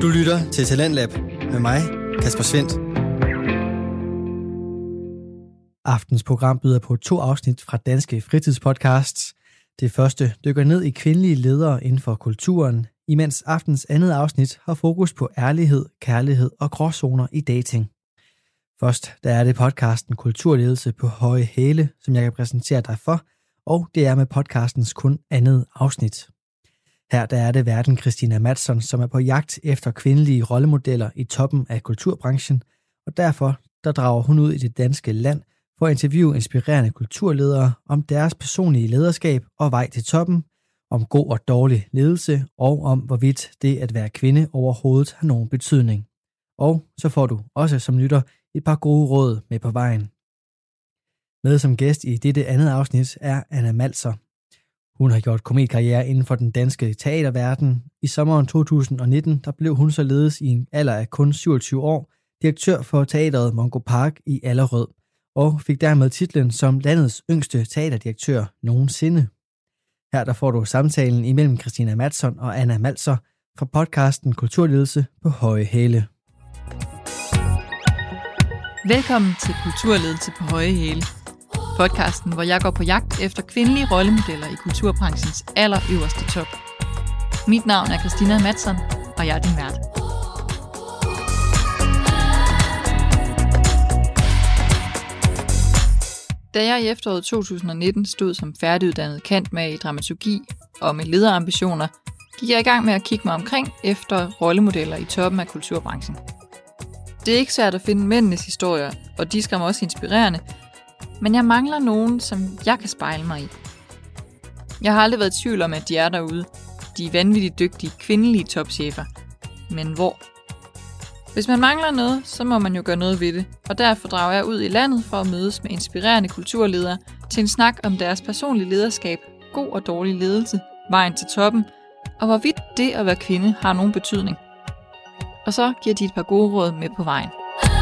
Du lytter til Talentlab med mig, Kasper Svendt. Aftens program byder på 2 afsnit fra Danske Fritidspodcasts. Det første dykker ned i kvindelige ledere inden for kulturen, imens aftens andet afsnit har fokus på ærlighed, kærlighed og gråzoner i dating. Først der er det podcasten Kulturledelse på høje hæle, som jeg kan præsentere dig for, og det er med podcastens kun andet afsnit. Her der er det værten Christina Madsson, som er på jagt efter kvindelige rollemodeller i toppen af kulturbranchen, og derfor der drager hun ud i det danske land for at interviewe inspirerende kulturledere om deres personlige lederskab og vej til toppen, om god og dårlig ledelse og om hvorvidt det at være kvinde overhovedet har nogen betydning. Og så får du også som lytter et par gode råd med på vejen. Med som gæst i dette andet afsnit er Anna Maltzer. Hun har gjort komediekarriere inden for den danske teaterverden. I sommeren 2019 der blev hun således i en alder af kun 27 år direktør for teateret Mungo Park i Allerød, og fik dermed titlen som landets yngste teaterdirektør nogensinde. Her der får du samtalen imellem Christina Madsson og Anna Maltzer fra podcasten Kulturledelse på høje hæle. Velkommen til Kulturledelse på høje hæle. Podcasten, hvor jeg går på jagt efter kvindelige rollemodeller i kulturbranchens allerøverste top. Mit navn er Christina Madsson, og jeg er din vært. Da jeg i efteråret 2019 stod som færdiguddannet cand.mag i dramaturgi og med lederambitioner, gik jeg i gang med at kigge mig omkring efter rollemodeller i toppen af kulturbranchen. Det er ikke svært at finde mændenes historier, og de skræmmer også inspirerende, men jeg mangler nogen, som jeg kan spejle mig i. Jeg har aldrig været i tvivl om, at de er derude. De er vanvittigt dygtige kvindelige topchefer. Men hvor? Hvis man mangler noget, så må man jo gøre noget ved det, og derfor drager jeg ud i landet for at mødes med inspirerende kulturledere til en snak om deres personlige lederskab, god og dårlig ledelse, vejen til toppen, og hvorvidt det at være kvinde har nogen betydning. Og så giver de et par gode råd med på vejen.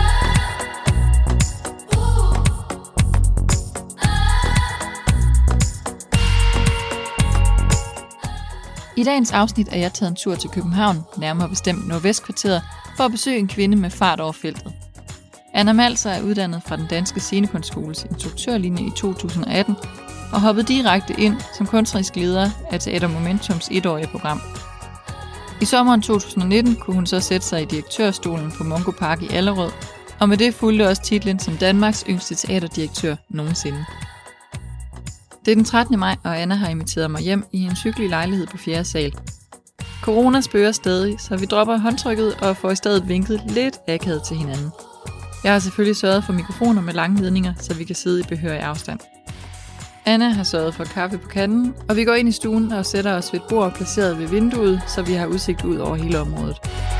I dagens afsnit er jeg taget en tur til København, nærmere bestemt Nordvestkvarteret, for at besøge en kvinde med fart over feltet. Anna Maltzer er uddannet fra den danske scenekunstskoles instruktørlinje i 2018 og hoppede direkte ind som kunstnerisk leder af Teater Momentums 1-årige program. I sommeren 2019 kunne hun så sætte sig i direktørstolen på Mungo Park i Allerød, og med det fulgte også titlen som Danmarks yngste teaterdirektør nogensinde. Det er den 13. maj, og Anna har inviteret mig hjem i en hyggelig lejlighed på 4. sal. Corona spørger stadig, så vi dropper håndtrykket og får i stedet vinket lidt akavet til hinanden. Jeg har selvfølgelig sørget for mikrofoner med lange ledninger, så vi kan sidde i behørig afstand. Anna har sørget for kaffe på kanden, og vi går ind i stuen og sætter os ved et bord placeret ved vinduet, så vi har udsigt ud over hele området.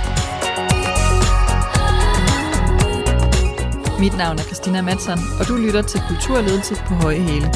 Mit navn er Christina Madsson, og du lytter til Kulturledelse på høje hæle.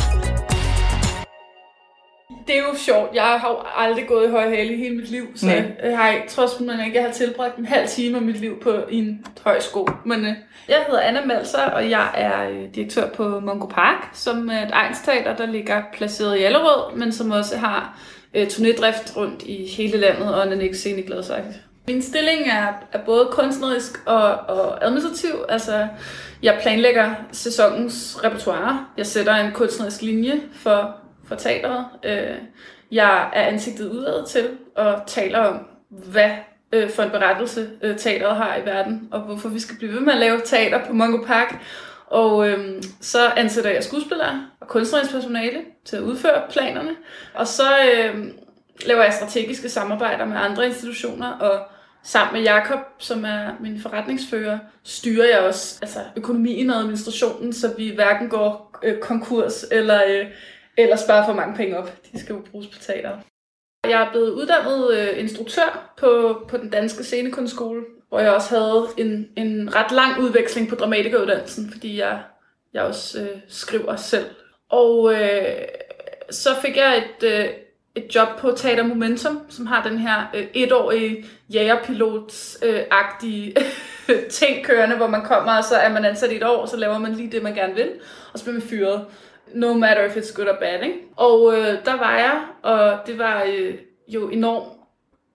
Det er jo sjovt. Jeg har jo aldrig gået i høje hæle i hele mit liv, så jeg har trods jeg har tilbragt en halv time af mit liv i en højskole. Men jeg hedder Anna Maltzer, og jeg er direktør på Mungo Park, som er et egnsteater, der ligger placeret i Allerød, men som også har turnédrift rundt i hele landet og en ikke sceneglad. Min stilling er både kunstnerisk og administrativ. Altså, jeg planlægger sæsonens repertoire. Jeg sætter en kunstnerisk linje for teateret. Jeg er ansigtet udad til og taler om, hvad for en berettelse teateret har i verden, og hvorfor vi skal blive ved med at lave teater på Mungo Park. Og så ansætter jeg skuespillere og kunstnerisk personale til at udføre planerne. Og så laver jeg strategiske samarbejder med andre institutioner, og sammen med Jakob, som er min forretningsfører, styrer jeg også økonomien og administrationen, så vi hverken går konkurs eller sparer for mange penge op. De skal jo bruges på teater. Jeg er blevet uddannet instruktør på den danske scenekunstskole, hvor jeg også havde en ret lang udveksling på dramatikeruddannelsen, fordi jeg også skriver selv. Og så fik jeg et job på Teater Momentum, som har den her 1-årige jægerpilots-agtige ting kørende, hvor man kommer, og så er man ansat i 1 år, og så laver man lige det, man gerne vil, og så bliver man fyret. No matter if it's good or bad, ikke? Og der var jeg, og det var jo enormt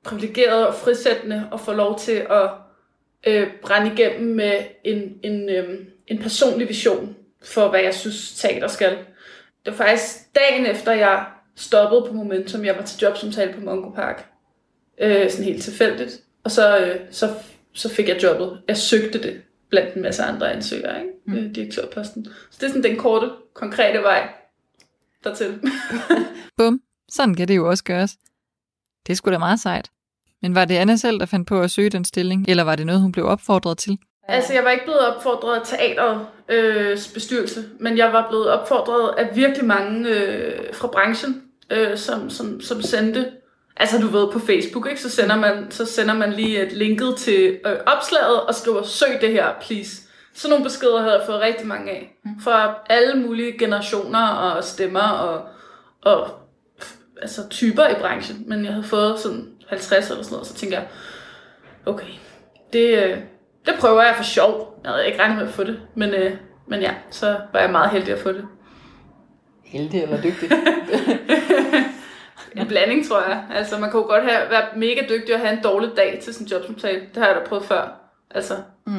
privilegeret og frisættende at få lov til at brænde igennem med en personlig vision for, hvad jeg synes, teater skal. Det var faktisk dagen efter, jeg stoppede på Momentum. Jeg var til jobsamtale på Mongo Park. Sådan helt tilfældigt. Og så fik jeg jobbet. Jeg søgte det blandt en masse andre ansøgere, ikke? Direktørposten. Så det er sådan den korte, konkrete vej dertil. Bum, sådan kan det jo også gøres. Det er sgu da meget sejt. Men var det Anna selv, der fandt på at søge den stilling, eller var det noget, hun blev opfordret til? Altså, jeg var ikke blevet opfordret af teaterets bestyrelse, men jeg var blevet opfordret af virkelig mange fra branchen, som sendte. Altså, du ved, på Facebook, ikke? Så sender man lige et linket til opslaget og skriver, søg det her, please. Sådan nogle beskeder havde jeg fået rigtig mange af. Fra alle mulige generationer og stemmer og altså, typer i branchen. Men jeg havde fået sådan 50 eller sådan noget, så tænkte jeg, okay, det prøver jeg for sjov. Jeg havde ikke regnet med at få det, men ja, så var jeg meget heldig at få det. Heldig eller dygtig? En blanding, tror jeg. Altså, man kan jo godt være mega dygtig og have en dårlig dag til sådan en jobsamtale. Det har jeg da prøvet før. Altså,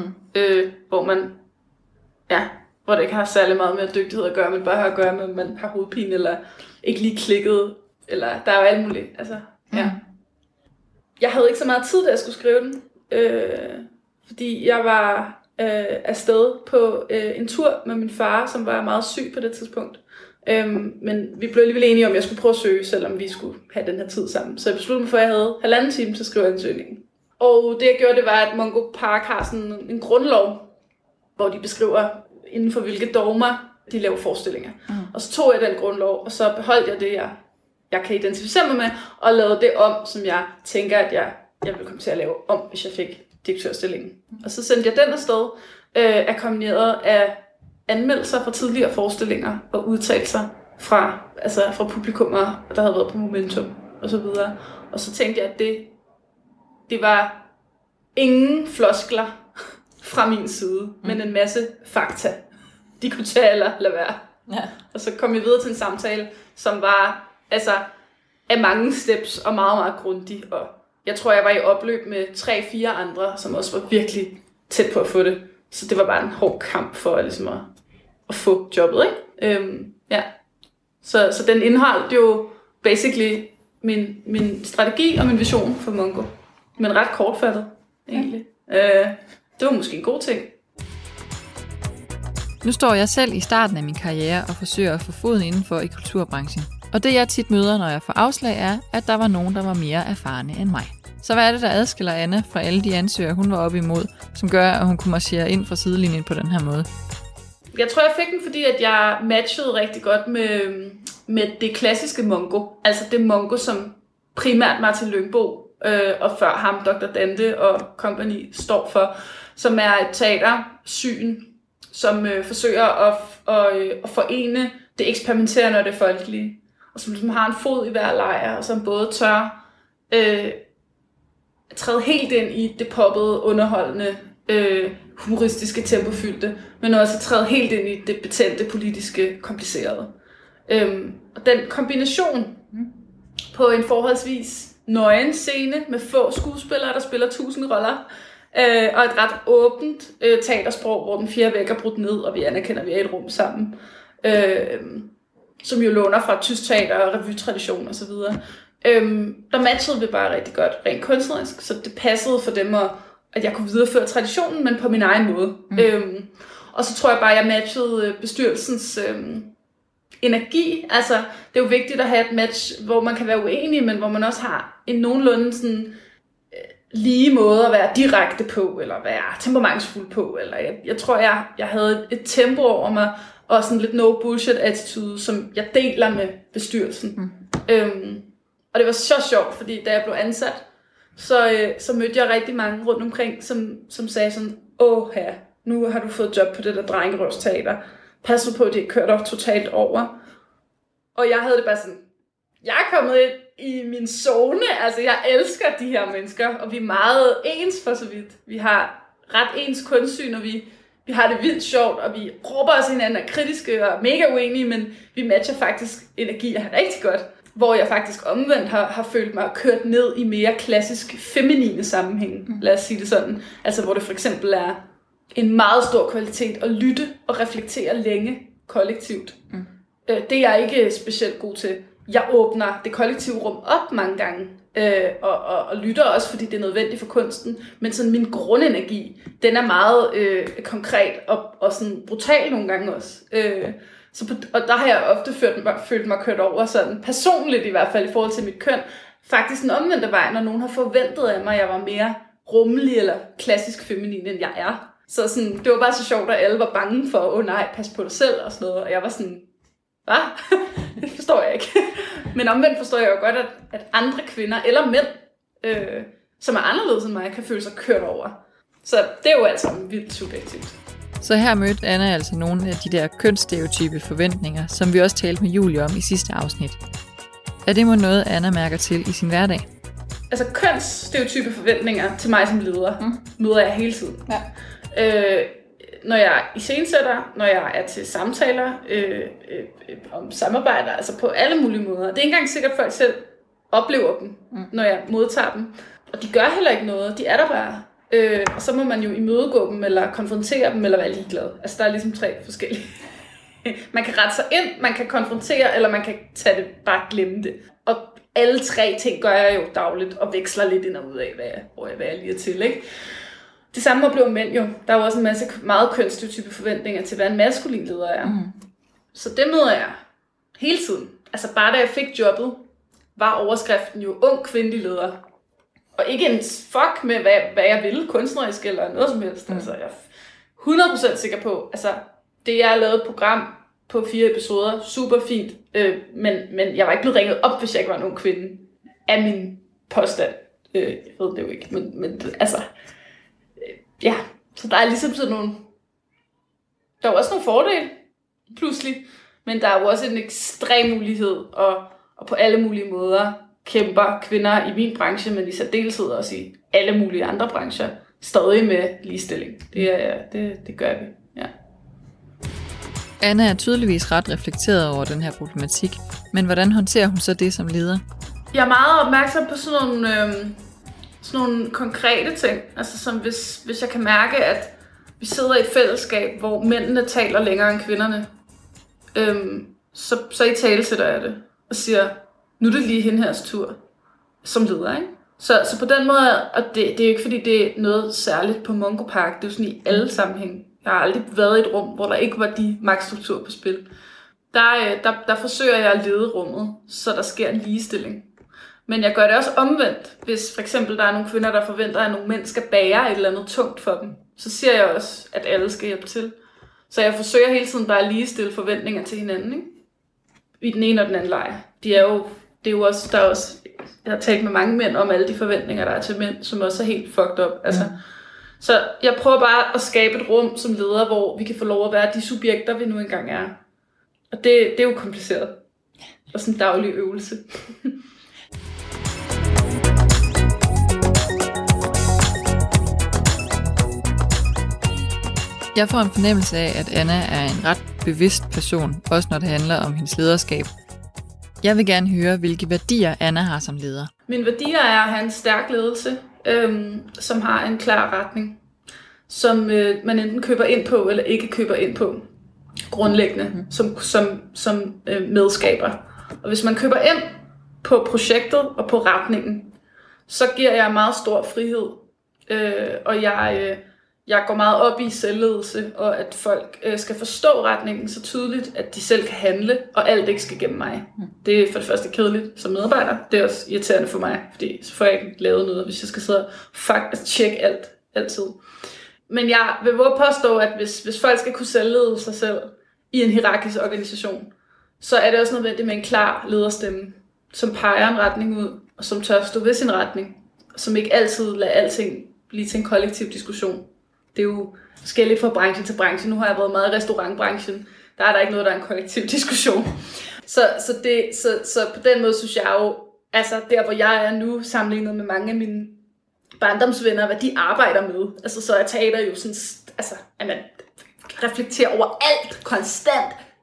hvor det ikke har særlig meget med dygtighed at gøre, men bare har at gøre med, at man har hovedpine, eller ikke lige klikket, eller der er jo alt muligt. Altså, ja. Jeg havde ikke så meget tid, da jeg skulle skrive den, fordi jeg var afsted på en tur med min far, som var meget syg på det tidspunkt. Men vi blev alligevel enige om, at jeg skulle prøve at søge, selvom vi skulle have den her tid sammen. Så jeg besluttede mig for, at jeg havde 1,5 time til at skrive ansøgningen. Og det jeg gjorde, det var, at Mongo Park har sådan en grundlov, hvor de beskriver, inden for hvilke dogmer de laver forestillinger. Og så tog jeg den grundlov, og så beholdt jeg det, jeg kan identificere mig med, og lavede det om, som jeg tænker, at jeg ville komme til at lave om, hvis jeg fik direktørstillingen. Og så sendte jeg den afsted, akkompagneret af anmeldelser fra tidligere forestillinger og udtalelser fra publikummer, der havde været på Momentum og så videre. Og så tænkte jeg, at det var ingen floskler fra min side, men en masse fakta. De kunne tage eller lade være. Ja. Og så kom jeg videre til en samtale, som var altså af mange steps og meget, meget grundig. Og jeg tror, jeg var i opløb med 3-4 andre, som også var virkelig tæt på at få det. Så det var bare en hård kamp for ligesom at få jobbet, ikke? Ja. Så den indeholdt jo basically min strategi og min vision for Mongo. Men ret kortfattet, egentlig. Det var måske en god ting. Nu står jeg selv i starten af min karriere og forsøger at få foden indenfor i kulturbranchen. Og det jeg tit møder, når jeg får afslag, er, at der var nogen, der var mere erfarne end mig. Så hvad er det, der adskiller Anna fra alle de ansøgere, hun var oppe imod, som gør, at hun kunne marchere ind fra sidelinjen på den her måde? Jeg tror, jeg fik den, fordi at jeg matchede rigtig godt med det klassiske Mongo. Altså det Mongo, som primært Martin Lyngbo og før ham Dr. Dante og company står for, som er et teatersyn, som forsøger at forene det eksperimenterende og det folkelige, og som har en fod i hver lejr, og som både tør træde helt ind i det poppede, underholdende, humoristiske, tempofyldte, men også træde helt ind i det betændte, politiske, komplicerede. Og den kombination på en forholdsvis nøgen scene med få skuespillere, der spiller 1000 roller, og et ret åbent teatersprog, hvor den fjerde væg er brudt ned, og vi anerkender, at vi er i et rum sammen, som jo låner fra tysk teater og revytradition og så videre. Der matchede vi bare rigtig godt, rent kunstnerisk, så det passede for dem, at jeg kunne videreføre traditionen, men på min egen måde. Og så tror jeg bare, at jeg matchede bestyrelsens energi. Altså, det er jo vigtigt at have et match, hvor man kan være uenig, men hvor man også har en nogenlunde sådan lige måde at være direkte på, eller være temperamentsfuld på. Eller jeg tror, jeg havde et tempo over mig, og sådan lidt no bullshit attitude, som jeg deler med bestyrelsen. Og det var så sjovt, fordi da jeg blev ansat, så mødte jeg rigtig mange rundt omkring, som sagde sådan, her, nu har du fået job på det der drengerøvsteater. Pas nu på, at det kører dig totalt over. Og jeg havde det bare sådan, jeg er kommet ind i min zone, altså jeg elsker de her mennesker, og vi er meget ens for så vidt. Vi har ret ens kunstsyn, og vi har det vildt sjovt, og vi råber os hinanden er kritiske og mega uenige, men vi matcher faktisk energi og har rigtig godt. hvor jeg faktisk omvendt har følt mig kørt ned i mere klassisk feminine sammenhænge, lad os sige det sådan. Altså hvor det for eksempel er en meget stor kvalitet at lytte og reflektere længe kollektivt. Det er jeg ikke specielt god til. Jeg åbner det kollektive rum op mange gange, og lytter også, fordi det er nødvendigt for kunsten. Men sådan min grundenergi, den er meget konkret og sådan brutal nogle gange også. Og der har jeg ofte følt mig kørt over sådan, personligt i hvert fald i forhold til mit køn, faktisk en omvendte vej, når nogen har forventet af mig, at jeg var mere rummelig eller klassisk feminin, end jeg er. Så sådan, det var bare så sjovt, at alle var bange for, nej, pas på dig selv og sådan noget. Og jeg var sådan, hvad? Det forstår jeg ikke. Men omvendt forstår jeg jo godt, at andre kvinder eller mænd, som er anderledes end mig, kan føle sig kørt over. Så det er jo altså vildt subjektivt. Så her mødte Anna altså nogle af de der kønsstereotype forventninger, som vi også talte med Julie om i sidste afsnit. Er det noget, Anna mærker til i sin hverdag? Altså kønsstereotype forventninger til mig som leder, møder jeg hele tiden. Ja. Når jeg iscenesætter, når jeg er til samtaler om samarbejder, altså på alle mulige måder. Det er ikke engang sikkert, at folk selv oplever dem, når jeg modtager dem. Og de gør heller ikke noget, de er der bare. Og så må man jo imødegå dem, eller konfrontere dem, eller være ligeglad. Altså der er ligesom 3 forskellige. Man kan rette sig ind, man kan konfrontere, eller man kan tage det, bare glemme det. Og alle 3 ting gør jeg jo dagligt, og veksler lidt ind og ud af, hvad jeg lige er til, ikke? Det samme oplever mænd jo. Der er jo også en masse meget kønsstereotype forventninger til, hvad en maskulin leder er. Så det møder jeg hele tiden. Altså bare da jeg fik jobbet, var overskriften jo ung kvindelig leder. Og ikke en fuck med, hvad jeg ville, kunstnerisk eller noget som helst. Altså, jeg er 100% sikker på, altså det jeg har lavet et program på 4 episoder, super fint, men jeg var ikke blevet ringet op, hvis jeg ikke var en ung kvinde, af min påstand. Jeg ved det jo ikke, men altså... Ja, så der er ligesom sådan nogle... Der er jo også nogle fordele, pludselig. Men der er jo også en ekstrem mulighed, og på alle mulige måder kæmper kvinder i min branche, men i særdeleshed også i alle mulige andre brancher, stadig med ligestilling. Det gør vi, ja. Anna er tydeligvis ret reflekteret over den her problematik, men hvordan håndterer hun så det som leder? Jeg er meget opmærksom på sådan nogle konkrete ting, altså som hvis jeg kan mærke, at vi sidder i et fællesskab, hvor mændene taler længere end kvinderne, så i talesætter jeg det og siger, nu er det lige hende hers tur som leder, ikke? Så på den måde, og det er jo ikke fordi det er noget særligt på Mungo Park, det er jo sådan i alle sammenhæng. Jeg har aldrig været i et rum, hvor der ikke var de magtstrukturer på spil. Der forsøger jeg at lede rummet, så der sker en ligestilling. Men jeg gør det også omvendt, hvis for eksempel der er nogle kvinder, der forventer, at nogle mænd skal bære et eller andet tungt for dem. Så siger jeg også, at alle skal hjælpe til. Så jeg forsøger hele tiden bare at ligestille forventninger til hinanden, ikke? I den ene og den anden lejr. Det er jo også, jeg har talt med mange mænd om alle de forventninger, der er til mænd, som også er helt fucked up. Altså. Så jeg prøver bare at skabe et rum som leder, hvor vi kan få lov at være de subjekter, vi nu engang er. Og det er jo kompliceret. Og sådan en daglig øvelse. Jeg får en fornemmelse af, at Anna er en ret bevidst person, også når det handler om hendes lederskab. Jeg vil gerne høre, hvilke værdier Anna har som leder. Mine værdier er at have en stærk ledelse, som har en klar retning, som man enten køber ind på eller ikke køber ind på, grundlæggende, som medskaber. Og hvis man køber ind på projektet og på retningen, så giver jeg meget stor frihed, og jeg går meget op i selvledelse, og at folk skal forstå retningen så tydeligt, at de selv kan handle, og alt ikke skal gennem mig. Det er for det første kedeligt som medarbejder. Det er også irriterende for mig, fordi så får jeg ikke lavet noget, hvis jeg skal sidde og tjekke alt, altid. Men jeg vil våge påstå, at hvis folk skal kunne selvlede sig selv i en hierarkisk organisation, så er det også nødvendigt med en klar lederstemme, som peger en retning ud, og som tør stå ved sin retning, og som ikke altid lader alting blive til en kollektiv diskussion. Det er jo forskelligt fra branche til branche. Nu har jeg været meget i restaurantbranchen. Der er der ikke noget, der er en kollektiv diskussion. Så på den måde synes jeg jo, altså der hvor jeg er nu, sammenlignet med mange af mine barndomsvenner, hvad de arbejder med. Altså så er teater jo sådan, altså at man reflekterer over alt, konstant,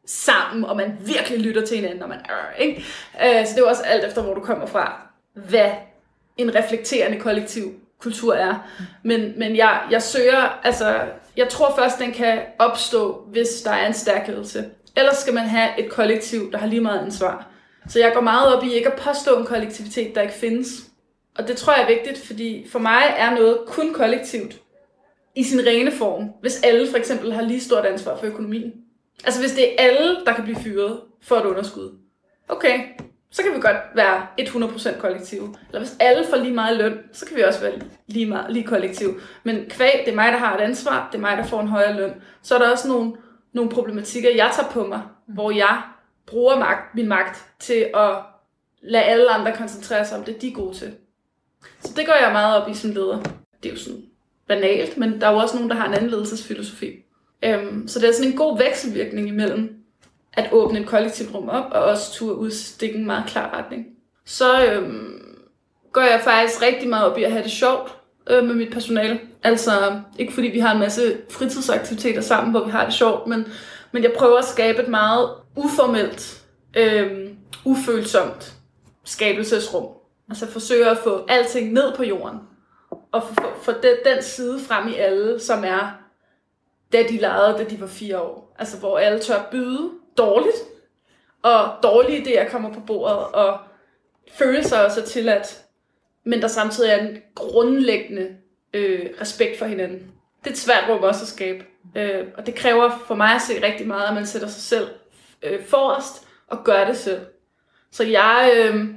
sammen, og man virkelig lytter til hinanden, og man ikke? Så det er også alt efter, hvor du kommer fra, hvad en reflekterende kollektiv kultur er. Men jeg søger, altså, jeg tror først, den kan opstå, hvis der er en stærk ledelse. Ellers skal man have et kollektiv, der har lige meget ansvar. Så jeg går meget op i ikke at påstå en kollektivitet, der ikke findes. Og det tror jeg er vigtigt, fordi for mig er noget kun kollektivt i sin rene form, hvis alle for eksempel har lige stort ansvar for økonomien. Altså hvis det er alle, der kan blive fyret for et underskud. Okay, så kan vi godt være 100% kollektiv. Eller hvis alle får lige meget løn, så kan vi også være lige kollektiv. Men kvæg, det er mig, der har et ansvar, det er mig, der får en højere løn. Så er der også nogle problematikker, jeg tager på mig, hvor jeg bruger min magt til at lade alle andre koncentrere sig om det, de er gode til. Så det går jeg meget op i som leder. Det er jo sådan banalt, men der er jo også nogen, der har en anden ledelsesfilosofi. Så det er sådan en god vekselvirkning imellem at åbne et kollektivt rum op, og også turde udstikke en meget klar retning. Så går jeg faktisk rigtig meget op i at have det sjovt med mit personale. Altså ikke fordi vi har en masse fritidsaktiviteter sammen, hvor vi har det sjovt, men jeg prøver at skabe et meget uformelt, ufølsomt skabelsesrum. Altså forsøger at få alting ned på jorden, og få den side frem i alle, som er, da de legede, da de var 4 år. Altså hvor alle tør byde dårligt, og dårlige idéer kommer på bordet, og følelser også er tilladt, men der samtidig er en grundlæggende respekt for hinanden. Det er et svært rum også at skabe, og det kræver for mig at se rigtig meget, at man sætter sig selv forrest og gør det selv. Så jeg,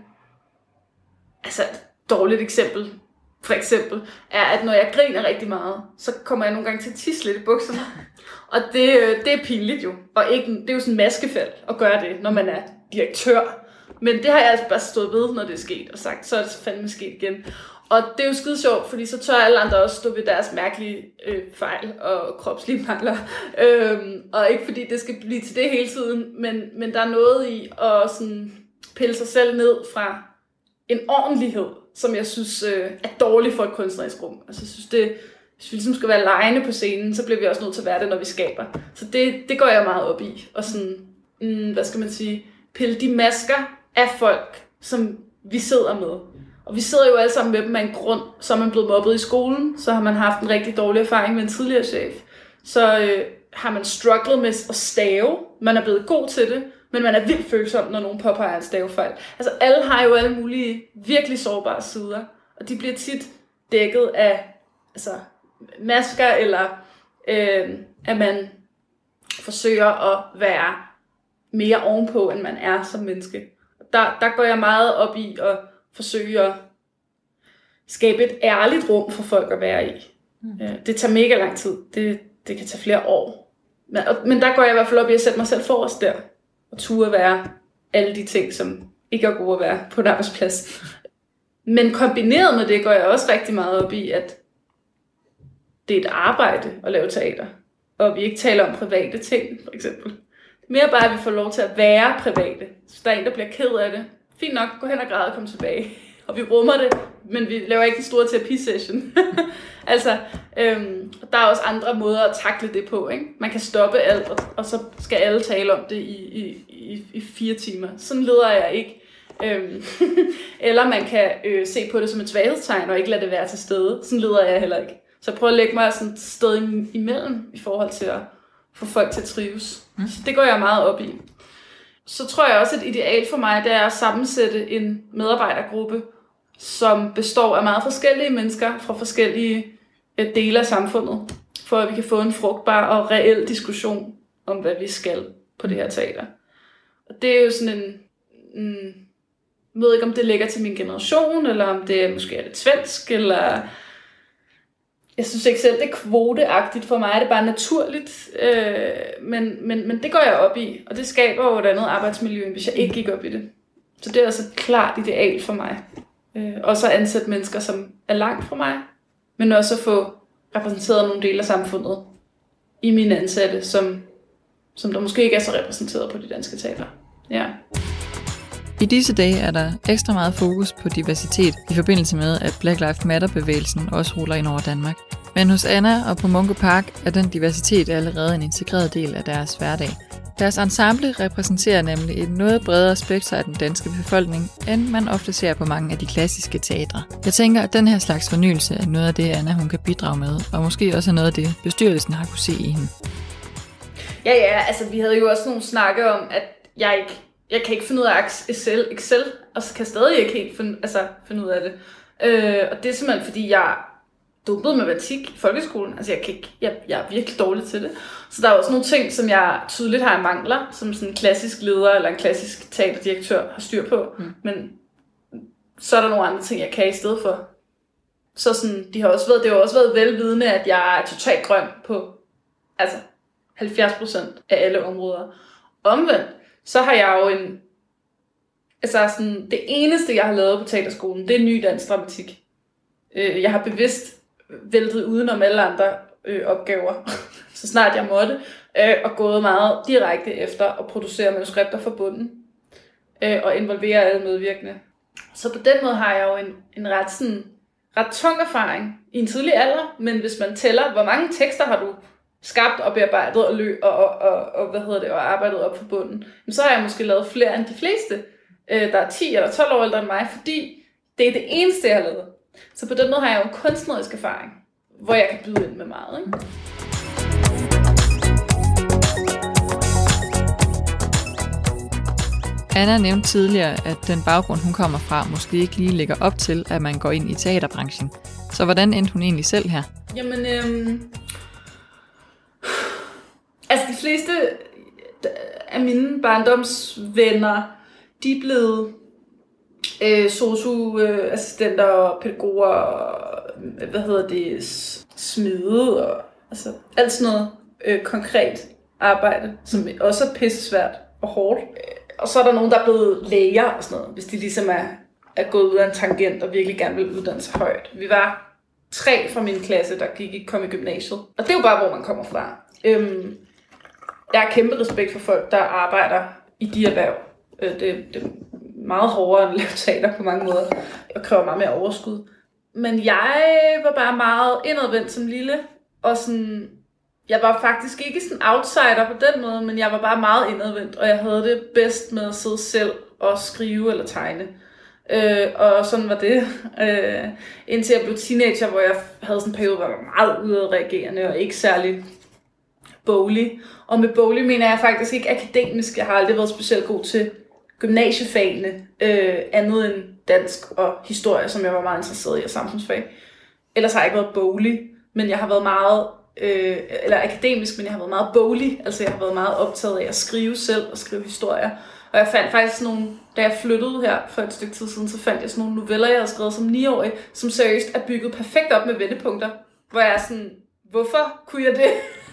altså et dårligt eksempel, for eksempel, er, at når jeg griner rigtig meget, så kommer jeg nogle gange til at tisse lidt i bukserne. Og det er pinligt jo. Og det er jo sådan en maskefald at gøre det, når man er direktør. Men det har jeg altså bare stået ved, når det er sket, og sagt, så er det fandme sket igen. Og det er jo skide sjovt, fordi så tør alle andre også stå ved deres mærkelige fejl og kropslige mangler. Og ikke fordi det skal blive til det hele tiden, men der er noget i at sådan pille sig selv ned fra en ordentlighed, som jeg synes er dårlig for et kunstnerisk rum. Altså jeg synes, hvis vi ligesom skal være legende på scenen, så bliver vi også nødt til at være det, når vi skaber. Så det går jeg meget op i. Og sådan, hvad skal man sige, pille de masker af folk, som vi sidder med. Og vi sidder jo alle sammen med dem af en grund. Så er man blevet mobbet i skolen, så har man haft en rigtig dårlig erfaring med en tidligere chef. Så har man strugglet med at stave. Man er blevet god til det, men man er vildt følsom, når nogen påpeger en stavefejl. Altså alle har jo alle mulige virkelig sårbare sider, og de bliver tit dækket af masker, eller at man forsøger at være mere ovenpå, end man er som menneske. Der går jeg meget op i at forsøge at skabe et ærligt rum for folk at være i. Det tager mega lang tid. Det kan tage flere år. Men der går jeg i hvert fald op i at sætte mig selv forrest der. Og turde være alle de ting, som ikke er gode at være på en arbejdsplads. Men kombineret med det går jeg også rigtig meget op i, at det er et arbejde at lave teater. Og vi ikke taler om private ting, for eksempel. Mere bare, at vi får lov til at være private. Så der er en, der bliver ked af det. Fint nok, gå hen og græde og komme tilbage. Og vi rummer det, men vi laver ikke en stor terapisession. Der er også andre måder at takle det på. Ikke? Man kan stoppe alt, og så skal alle tale om det i 4 timer. Sådan leder jeg ikke. Eller man kan se på det som et svaghedstegn, og ikke lade det være til stede. Sådan leder jeg heller ikke. Så jeg prøver at lægge mig sådan et sted imellem, i forhold til at få folk til at trives. Så det går jeg meget op i. Så tror jeg også, at et ideal for mig, det er at sammensætte en medarbejdergruppe, som består af meget forskellige mennesker fra forskellige dele af samfundet, for at vi kan få en frugtbar og reel diskussion om, hvad vi skal på det her teater. Og det er jo sådan jeg ved ikke, om det ligger til min generation, eller om det måske er lidt svensk, eller jeg synes ikke selv, det er kvoteagtigt for mig, det er bare naturligt, men det går jeg op i, og det skaber jo et andet arbejdsmiljø, end hvis jeg ikke gik op i det. Så det er altså et klart ideal for mig. Også at ansætte mennesker, som er langt fra mig, men også at få repræsenteret nogle dele af samfundet i mine ansatte, som der måske ikke er så repræsenteret på de danske teater. Ja. I disse dage er der ekstra meget fokus på diversitet i forbindelse med, at Black Lives Matter-bevægelsen også ruller ind over Danmark. Men hos Anna og på Mungo Park er den diversitet allerede en integreret del af deres hverdag. Deres ensemble repræsenterer nemlig et noget bredere spektrum af den danske befolkning, end man ofte ser på mange af de klassiske teatre. Jeg tænker, at den her slags fornyelse er noget af det, Anna hun kan bidrage med, og måske også er noget af det, bestyrelsen har kunne se i hende. Ja, altså vi havde jo også nogle snakke om, at jeg kan ikke finde ud af Excel, og så kan stadig ikke helt finde ud af det. Og det er simpelthen, fordi jeg dumpede matematik i folkeskolen. Altså jeg er virkelig dårlig til det. Så der er også nogle ting, som jeg tydeligt har mangler, som sådan en klassisk leder eller en klassisk teaterdirektør har styr på. Men så er der nogle andre ting, jeg kan i stedet for. Så sådan, det har også været velvidende, at jeg er totalt grøn på 70% af alle områder. Omvendt, så har jeg jo det eneste, jeg har lavet på teaterskolen, det er ny dansk dramatik. Jeg har bevidst væltet udenom alle andre opgaver, så snart jeg måtte, og gået meget direkte efter at producere manuskripter fra bunden, og involvere alle medvirkende. Så på den måde har jeg jo en ret tung erfaring i en tidlig alder, men hvis man tæller, hvor mange tekster har du skabt og bearbejdet og arbejdet op fra bunden, så har jeg måske lavet flere end de fleste, der er 10 eller 12 år ældre end mig, fordi det er det eneste, jeg har lavet. Så på den måde har jeg jo en kunstnerisk erfaring, hvor jeg kan byde ind med meget. Ikke? Anna nævnte tidligere, at den baggrund, hun kommer fra, måske ikke lige lægger op til, at man går ind i teaterbranchen. Så hvordan endte hun egentlig selv her? Jamen, de fleste af mine barndomsvenner, de er blevet sosu-assistenter og pædagoger og smede og alt sådan noget konkret arbejde, som også er pissesvært og hårdt. Og så er der nogen, der er blevet læger og sådan noget, hvis de ligesom er gået ud af en tangent og virkelig gerne vil uddanne sig højt. Vi var 3 fra min klasse, der kom i gymnasiet. Og det er jo bare, hvor man kommer fra. Jeg har kæmpe respekt for folk, der arbejder i de erhverv. Det er meget hårdere end at lave teater på mange måder, og kræver meget mere overskud. Men jeg var bare meget indadvendt som lille, og sådan, jeg var faktisk ikke sådan outsider på den måde, men jeg var bare meget indadvendt, og jeg havde det bedst med at sidde selv og skrive eller tegne. Og sådan var det, indtil jeg blev teenager, hvor jeg havde sådan en periode, hvor jeg var meget udadreagerende og ikke særlig boglig. Og med boglig mener jeg faktisk ikke akademisk. Jeg har aldrig været specielt god til gymnasiefagene, andet end dansk og historie, som jeg var meget interesseret i, og samfundsfag. Ellers har jeg ikke været boglig, men jeg har været meget, eller akademisk, men jeg har været meget boglig. Altså jeg har været meget optaget af at skrive selv og skrive historier. Og jeg fandt faktisk nogle, da jeg flyttede her for et stykke tid siden, så fandt jeg sådan nogle noveller, jeg havde skrevet som 9-årig, som seriøst er bygget perfekt op med vendepunkter. Hvor jeg er sådan, hvorfor kunne jeg det?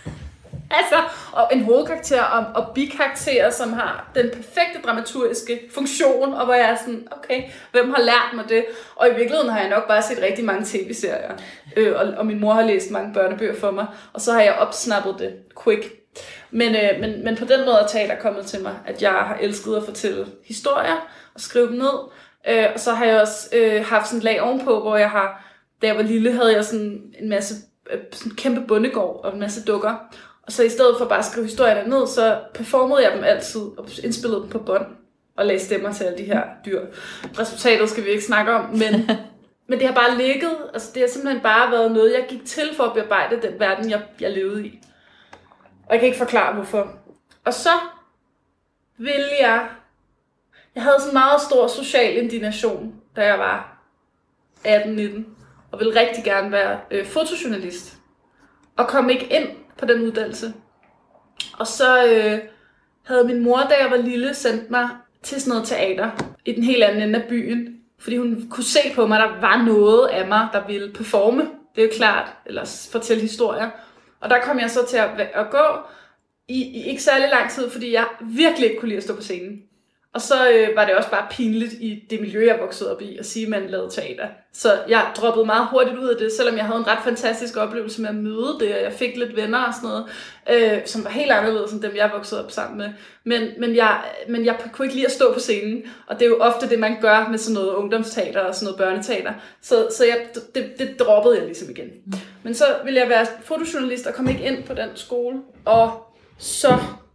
Og en hovedkarakter og bikarakterer, som har den perfekte dramaturgiske funktion, og hvor jeg er sådan, okay, hvem har lært mig det? Og i virkeligheden har jeg nok bare set rigtig mange tv-serier, og min mor har læst mange børnebøger for mig, og så har jeg opsnappet det quick. Men på den måde er teater kommet til mig, at jeg har elsket at fortælle historier og skrive dem ned, og så har jeg også haft sådan et lag ovenpå, hvor da jeg var lille, havde jeg sådan en masse sådan kæmpe bondegård og en masse dukker. Og så i stedet for bare at skrive historierne ned, så performede jeg dem altid og indspillede dem på bånd og lagde stemmer til alle de her dyr. Resultatet skal vi ikke snakke om, men det har bare ligget. Altså det har simpelthen bare været noget, jeg gik til for at bearbejde den verden, jeg levede i. Og jeg kan ikke forklare, hvorfor. Og så ville jeg havde sådan en meget stor social indignation, da jeg var 18-19, og ville rigtig gerne være fotojournalist. Og kom ikke ind på den uddannelse. Og så havde min mor, da jeg var lille, sendt mig til sådan noget teater i den helt anden ende af byen. Fordi hun kunne se på mig, at der var noget af mig, der ville performe. Det er jo klart. Eller fortælle historier. Og der kom jeg så til at gå i ikke særlig lang tid, fordi jeg virkelig ikke kunne lide at stå på scenen. Og så var det også bare pinligt i det miljø, jeg voksede op i, at sige, at man lavede teater. Så jeg droppede meget hurtigt ud af det, selvom jeg havde en ret fantastisk oplevelse med at møde det, og jeg fik lidt venner og sådan noget, som var helt anderledes end dem, jeg voksede op sammen med. Men jeg kunne ikke lide at stå på scenen, og det er jo ofte det, man gør med sådan noget ungdomsteater og sådan noget børneteater. Så det droppede jeg ligesom igen. Men så ville jeg være fotojournalist og kom ikke ind på den skole, og så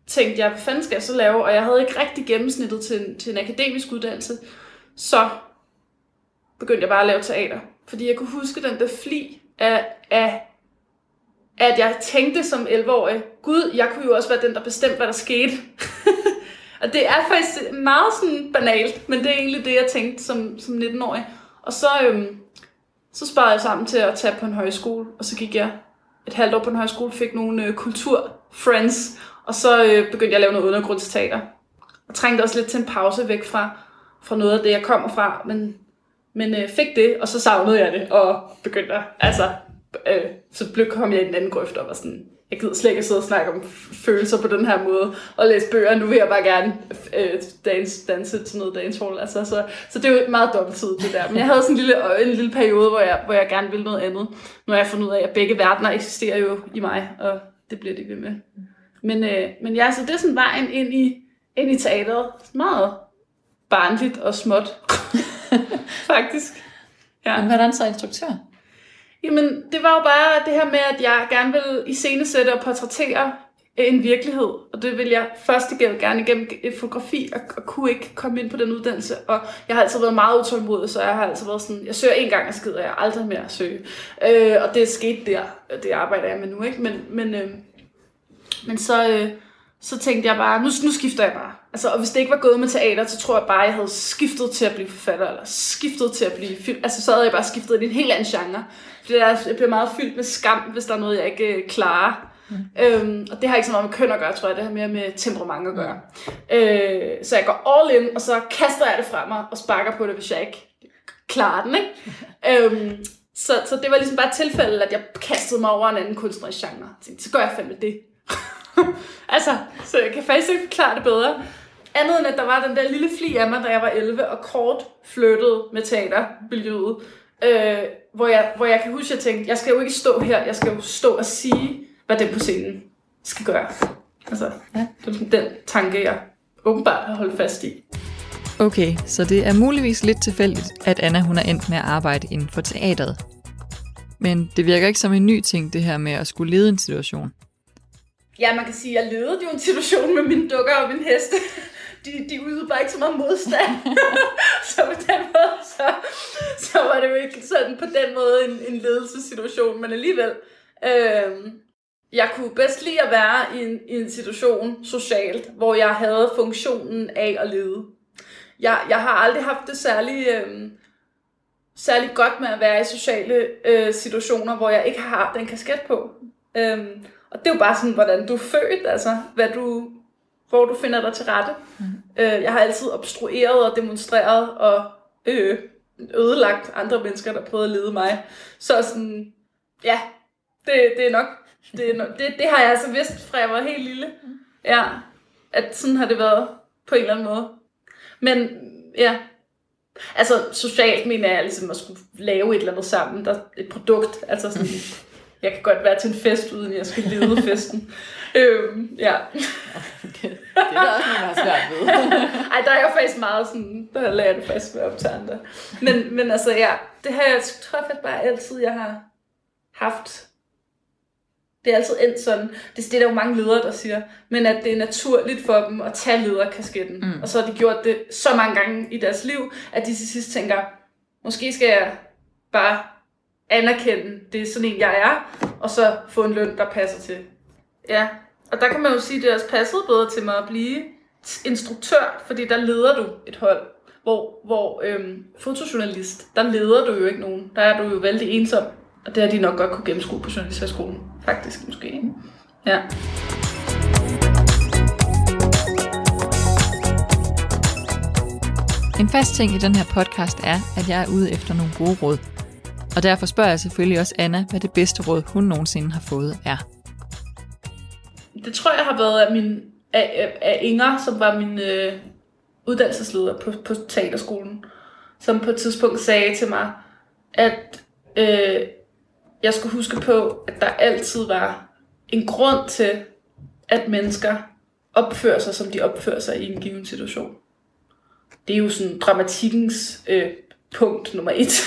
tænkte jeg, hvad fanden skal jeg så lave? Og jeg havde ikke rigtig gennemsnittet til en akademisk uddannelse. Så begyndte jeg bare at lave teater. Fordi jeg kunne huske den der fli af at jeg tænkte som 11-årig, gud, jeg kunne jo også være den, der bestemte, hvad der skete. Og det er faktisk meget sådan banalt, men det er egentlig det, jeg tænkte som 19-årig. Og så sparede jeg sammen til at tage på en højskole, og så gik jeg et halvt år på en højskole, fik nogle kulturfriends, og så begyndte jeg at lave noget undergrundsteater. Og trængte også lidt til en pause væk fra noget af det, jeg kommer fra, men fik det, og så savnede jeg det, og begyndte så kom jeg i den anden grøft og var sådan, jeg gider slet ikke sidde og snakke om følelser på den her måde, og læse bøger, nu vil jeg bare gerne danse til noget dancehall, så det er jo meget dobbelttid det der, men jeg havde sådan en lille periode, hvor jeg gerne ville noget andet, nu har jeg fundet ud af, at begge verdener eksisterer jo i mig, og det bliver de ved med. Men ja, så det er sådan vejen ind i teateret, meget barnligt og småt, faktisk. Ja. Men hvordan så instruktør? Jamen, det var jo bare det her med, at jeg gerne ville iscenesætte og portrættere en virkelighed. Og det ville jeg først gerne igennem et fotografi, og kunne ikke komme ind på den uddannelse. Og jeg har altid været meget utålmodig, så jeg har altid været sådan, jeg søger en gang, og skider jeg aldrig mere at søge. Og det skete der, det arbejder jeg med nu, ikke? Men så tænkte jeg bare, nu skifter jeg bare. Altså, og hvis det ikke var gået med teater, så tror jeg bare, jeg havde skiftet til at blive forfatter, eller skiftet til at blive film. Altså, så havde jeg bare skiftet i en helt anden genre. Fordi jeg bliver meget fyldt med skam, hvis der er noget, jeg ikke klarer. Og det har ikke så meget med køn at gøre, tror jeg. Det har mere med temperament at gøre. Så jeg går all in, og så kaster jeg det fra mig, og sparker på det, hvis jeg ikke klarer den, ikke? Så det var ligesom bare et tilfælde, at jeg kastede mig over en anden kunstnerisk genre. Jeg tænkte, så gør jeg fandme det. Så jeg kan faktisk ikke forklare det bedre. Andet end, at der var den der lille fli af mig, da jeg var 11, og kort flyttede med teatermiljøet. Hvor jeg kan huske, at jeg tænkte, jeg skal jo ikke stå her, jeg skal jo stå og sige, hvad den på scenen skal gøre. Altså, ja. Det er den tanke, jeg åbenbart har holdt fast i. Okay, så det er muligvis lidt tilfældigt, at Anna hun er endt med at arbejde inden for teateret. Men det virker ikke som en ny ting, det her med at skulle lede en situation. Ja, man kan sige, at jeg ledede jo en situation med mine dukker og mine heste. De ydede bare ikke så meget modstand. Så på den måde, så var det jo ikke sådan på den måde en ledelsessituation, men alligevel. Jeg kunne bedst lide at være i en situation socialt, hvor jeg havde funktionen af at lede. Jeg har aldrig haft det særlig godt med at være i sociale situationer, hvor jeg ikke har den kasket på. Og det er jo bare sådan, hvordan du er født, altså hvor du finder dig til rette. Jeg har altid obstrueret og demonstreret og ødelagt andre mennesker, der prøvede at lede mig. Så sådan, ja, det er nok, det har jeg altså vidst, fra jeg var helt lille. Ja, at sådan har det været på en eller anden måde. Men ja, altså socialt mener jeg ligesom at skulle lave et eller andet sammen, et produkt, altså sådan. Jeg kan godt være til en fest, uden jeg skal lede festen. Ja. Okay. Det er der også noget, der er svært ved. Ej, der er jo faktisk meget sådan, der lader jeg det faktisk være op til andre. Men altså, ja, det har jeg, tror jeg faktisk bare altid, jeg har haft. Det er altid endt sådan. Det er der jo mange ledere, der siger, men at det er naturligt for dem at tage lederkasketten. Og så har de gjort det så mange gange i deres liv, at de til sidst tænker, måske skal jeg bare anerkende, det er sådan en, jeg er, og så få en løn, der passer til. Ja, og der kan man jo sige, at det også passede bedre til mig at blive instruktør, fordi der leder du et hold, hvor fotojournalist, der leder du jo ikke nogen. Der er du jo vældig ensom, og det har de nok godt kunne gennemskue på journalisthøjskolen, faktisk måske. Ja. En fast ting i den her podcast er, at jeg er ude efter nogle gode råd. Og derfor spørger jeg selvfølgelig også Anna, hvad det bedste råd, hun nogensinde har fået, er. Det tror jeg har været af Inger, som var min uddannelsesleder på teaterskolen, som på et tidspunkt sagde til mig, at jeg skulle huske på, at der altid var en grund til, at mennesker opfører sig, som de opfører sig i en given situation. Det er jo sådan dramatikkens punkt nummer 1.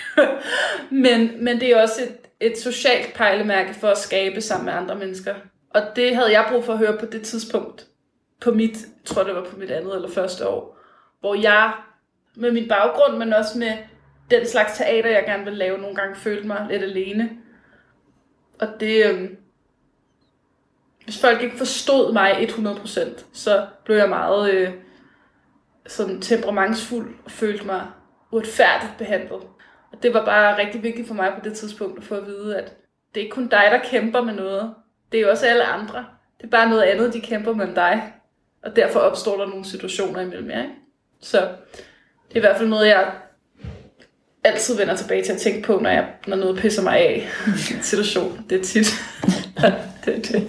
men det er også et socialt pejlemærke for at skabe sammen med andre mennesker. Og det havde jeg brug for at høre på det tidspunkt. På mit, jeg tror det var på mit andet eller første år. Hvor jeg med min baggrund, men også med den slags teater, jeg gerne ville lave, nogle gange følte mig lidt alene. Og det, hvis folk ikke forstod mig 100%, så blev jeg meget sådan temperamentsfuld og følte mig uretfærdigt behandlet. Og det var bare rigtig vigtigt for mig på det tidspunkt at få at vide, at det er ikke kun dig, der kæmper med noget. Det er jo også alle andre. Det er bare noget andet, de kæmper med dig. Og derfor opstår der nogle situationer imellem jer. Ikke? Så det er i hvert fald noget, jeg altid vender tilbage til at tænke på, når noget pisser mig af. Situation. Det er tit. det.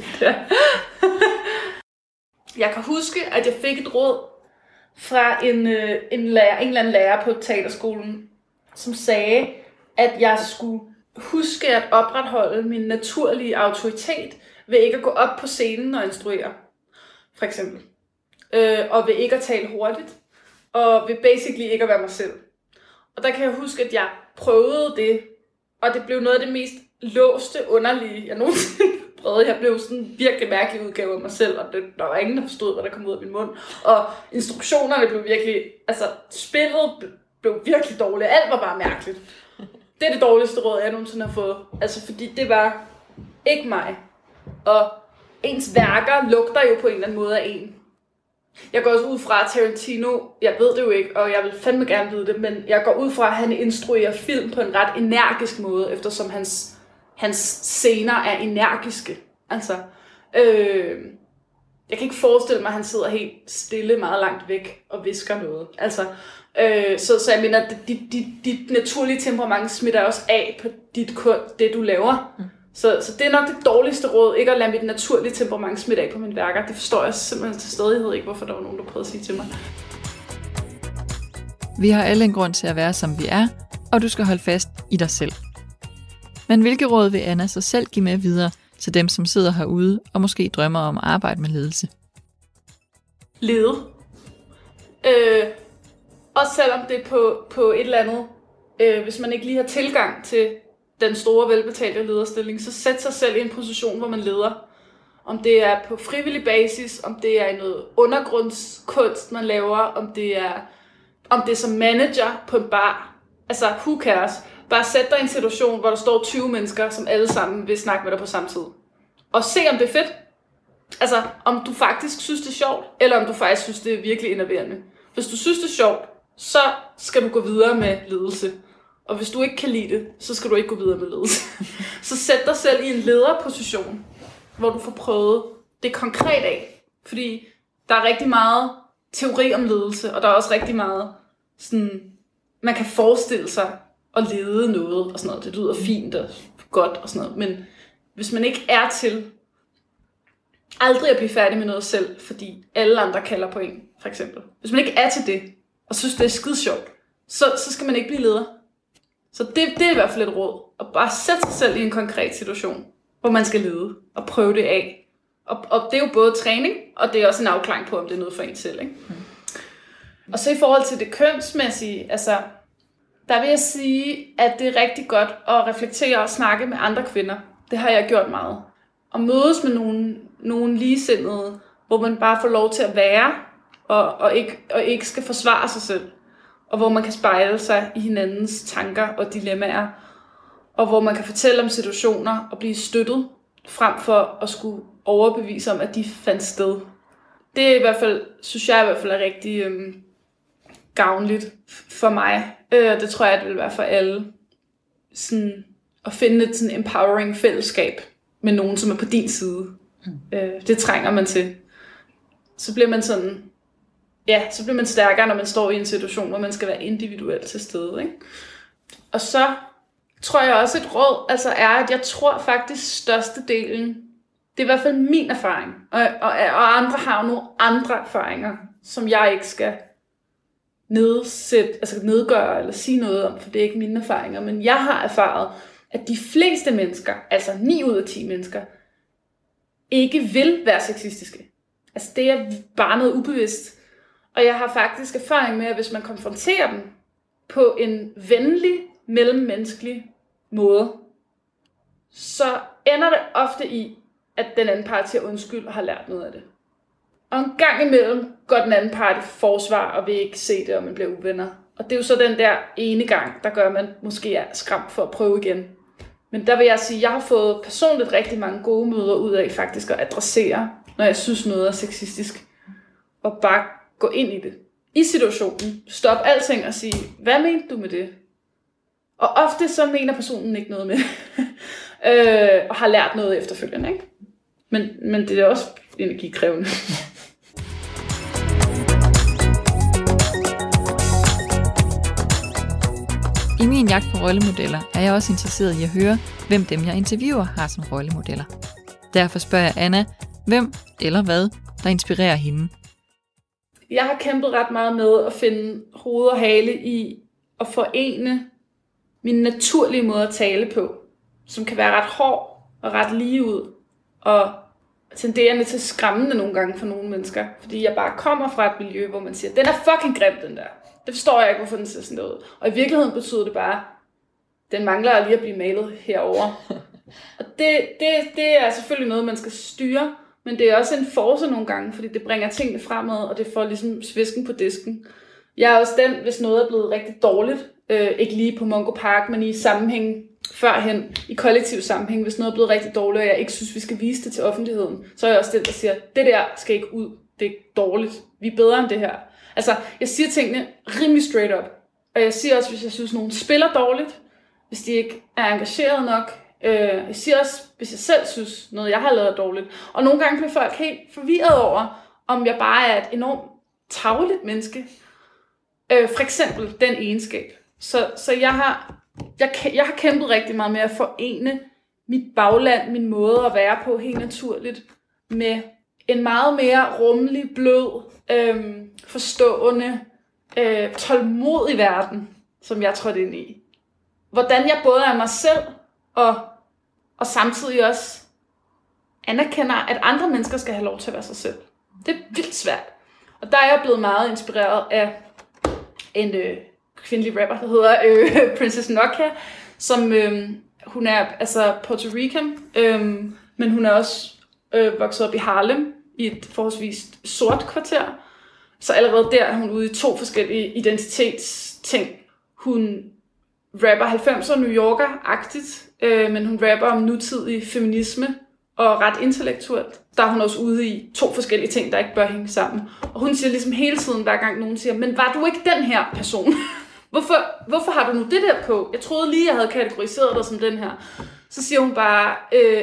Jeg kan huske, at jeg fik et råd fra en eller anden lærer på teaterskolen, som sagde, at jeg skulle huske at opretholde min naturlige autoritet ved ikke at gå op på scenen og instruere, for eksempel. Og ved ikke at tale hurtigt, og ved basically ikke at være mig selv. Og der kan jeg huske, at jeg prøvede det, og det blev noget af det mest låste, underlige, jeg nogensinde prøvede. Jeg blev sådan en virkelig mærkelig udgave af mig selv, og der var ingen, der forstod, hvad der kom ud af min mund. Og instruktionerne blev virkelig, altså spillet blev virkelig dårligt. Alt var bare mærkeligt. Det er det dårligste råd, jeg nogensinde har fået. Altså, fordi det var ikke mig. Og ens værker lugter jo på en eller anden måde af en. Jeg går også ud fra, at Tarantino, jeg ved det jo ikke, og jeg vil fandme gerne vide det, men jeg går ud fra, at han instruerer film på en ret energisk måde, eftersom hans scener er energiske. Altså, jeg kan ikke forestille mig, at han sidder helt stille meget langt væk og visker noget. Altså, så jeg mener, at dit naturlige temperament smitter også af på det, du laver. Så det er nok det dårligste råd, ikke at lade mit naturlige temperament smitte af på mine værker. Det forstår jeg simpelthen til stadighed ikke, hvorfor der var nogen, der prøvede at sige til mig. Vi har alle en grund til at være, som vi er, og du skal holde fast i dig selv. Men hvilke råd vil Anna så selv give med videre til dem, som sidder herude og måske drømmer om at arbejde med ledelse? Lede. Også selvom det er på et eller andet, hvis man ikke lige har tilgang til den store, velbetalte lederstilling, så sæt sig selv i en position, hvor man leder. Om det er på frivillig basis, om det er i noget undergrundskunst, man laver, om det er som manager på en bar. Altså, who cares? Bare sæt dig i en situation, hvor der står 20 mennesker, som alle sammen vil snakke med dig på samme tid. Og se, om det er fedt. Altså, om du faktisk synes, det er sjovt, eller om du faktisk synes, det er virkelig enerverende. Hvis du synes, det er sjovt, så skal du gå videre med ledelse. Og hvis du ikke kan lide det, så skal du ikke gå videre med ledelse. Så sæt dig selv i en lederposition, hvor du får prøvet det konkret af. Fordi der er rigtig meget teori om ledelse, og der er også rigtig meget sådan, man kan forestille sig at lede noget og sådan noget. Det lyder fint og godt og sådan noget. Men hvis man ikke er til aldrig at blive færdig med noget selv, fordi alle andre kalder på en, for eksempel. Hvis man ikke er til det, og synes det er skide sjovt, så skal man ikke blive leder. Så det er i hvert fald et råd. At bare sætte sig selv i en konkret situation, hvor man skal lede og prøve det af. Og det er jo både træning, og det er også en afklaring på, om det er noget for en selv. Ikke? Og så i forhold til det kønsmæssige, altså, der vil jeg sige, at det er rigtig godt at reflektere og snakke med andre kvinder. Det har jeg gjort meget. Og mødes med nogle ligesindede, hvor man bare får lov til at være, og ikke skal forsvare sig selv. Og hvor man kan spejle sig i hinandens tanker og dilemmaer. Og hvor man kan fortælle om situationer og blive støttet, frem for at skulle overbevise om, at de fandt sted. Det er i hvert fald, synes jeg i hvert fald er rigtig gavnligt for mig. Det tror jeg, det vil være for alle. Sådan, at finde et sådan empowering fællesskab med nogen, som er på din side. Det trænger man til. Så bliver man sådan... Ja, så bliver man stærkere, når man står i en situation, hvor man skal være individuelt til stede. Ikke? Og så tror jeg også et råd altså er, at jeg tror faktisk størstedelen, det er i hvert fald min erfaring, og andre har jo nogle andre erfaringer, som jeg ikke skal nedgøre eller sige noget om, for det er ikke mine erfaringer, men jeg har erfaret, at de fleste mennesker, altså 9 ud af 10 mennesker, ikke vil være sexistiske. Altså det er bare noget ubevidst. Og jeg har faktisk erfaring med, at hvis man konfronterer dem på en venlig, mellemmenneskelig måde, så ender det ofte i, at den anden part siger undskyld og har lært noget af det. Og en gang imellem går den anden part i forsvar og vil ikke se det, og man bliver uvenner. Og det er jo så den der ene gang, der gør, at man måske er skræmt for at prøve igen. Men der vil jeg sige, at jeg har fået personligt rigtig mange gode møder ud af faktisk at adressere, når jeg synes noget er sexistisk. Og bare gå ind i det. I situationen. Stop alting og sige, hvad mente du med det? Og ofte så mener personen ikke noget med og har lært noget efterfølgende, ikke? Men det er også energikrævende. I min jagt på rollemodeller er jeg også interesseret i at høre, hvem dem jeg interviewer har som rollemodeller. Derfor spørger jeg Anna, hvem eller hvad, der inspirerer hende. Jeg har kæmpet ret meget med at finde hoved og hale i at forene min naturlige måde at tale på, som kan være ret hård og ret ligeud, og tenderende til skræmmende nogle gange for nogle mennesker, fordi jeg bare kommer fra et miljø, hvor man siger, den er fucking grim, den der. Det forstår jeg ikke, hvorfor den ser sådan ud. Og i virkeligheden betyder det bare, den mangler lige at blive malet herover. Og det er selvfølgelig noget, man skal styre, men det er også en force nogle gange, fordi det bringer tingene fremad, og det får ligesom svisken på disken. Jeg er også den, hvis noget er blevet rigtig dårligt, ikke lige på Mungo Park, men i sammenhæng førhen, i kollektiv sammenhæng, hvis noget er blevet rigtig dårligt, og jeg ikke synes, vi skal vise det til offentligheden, så er jeg også den, der siger, det der skal ikke ud, det er dårligt, vi er bedre end det her. Altså, jeg siger tingene rimelig straight up, og jeg siger også, hvis jeg synes, nogen spiller dårligt, hvis de ikke er engageret nok. Jeg siger også, hvis jeg selv synes, noget jeg har lavet dårligt. Og nogle gange bliver folk helt forvirret over, om jeg bare er et enormt tarveligt menneske. For eksempel den egenskab. Så jeg har kæmpet rigtig meget med at forene mit bagland, min måde at være på helt naturligt, med en meget mere rummelig, blød, forstående, tålmodig verden, som jeg trådte ind i. Hvordan jeg både er mig selv, og samtidig også anerkender, at andre mennesker skal have lov til at være sig selv. Det er vildt svært. Og der er jeg blevet meget inspireret af en kvindelig rapper, der hedder Princess Nokia, som hun er altså Puerto Rican, men hun er også vokset op i Harlem, i et forholdsvis sort kvarter. Så allerede der er hun ude i 2 forskellige identitetsting. Hun rapper 90'er New Yorker-agtigt, men hun rapper om nutidig feminisme og ret intellektuelt. Der er hun også ude i 2 forskellige ting, der ikke bør hænge sammen. Og hun siger ligesom hele tiden, hver gang nogen siger, men var du ikke den her person? Hvorfor har du nu det der på? Jeg troede lige, jeg havde kategoriseret dig som den her. Så siger hun bare,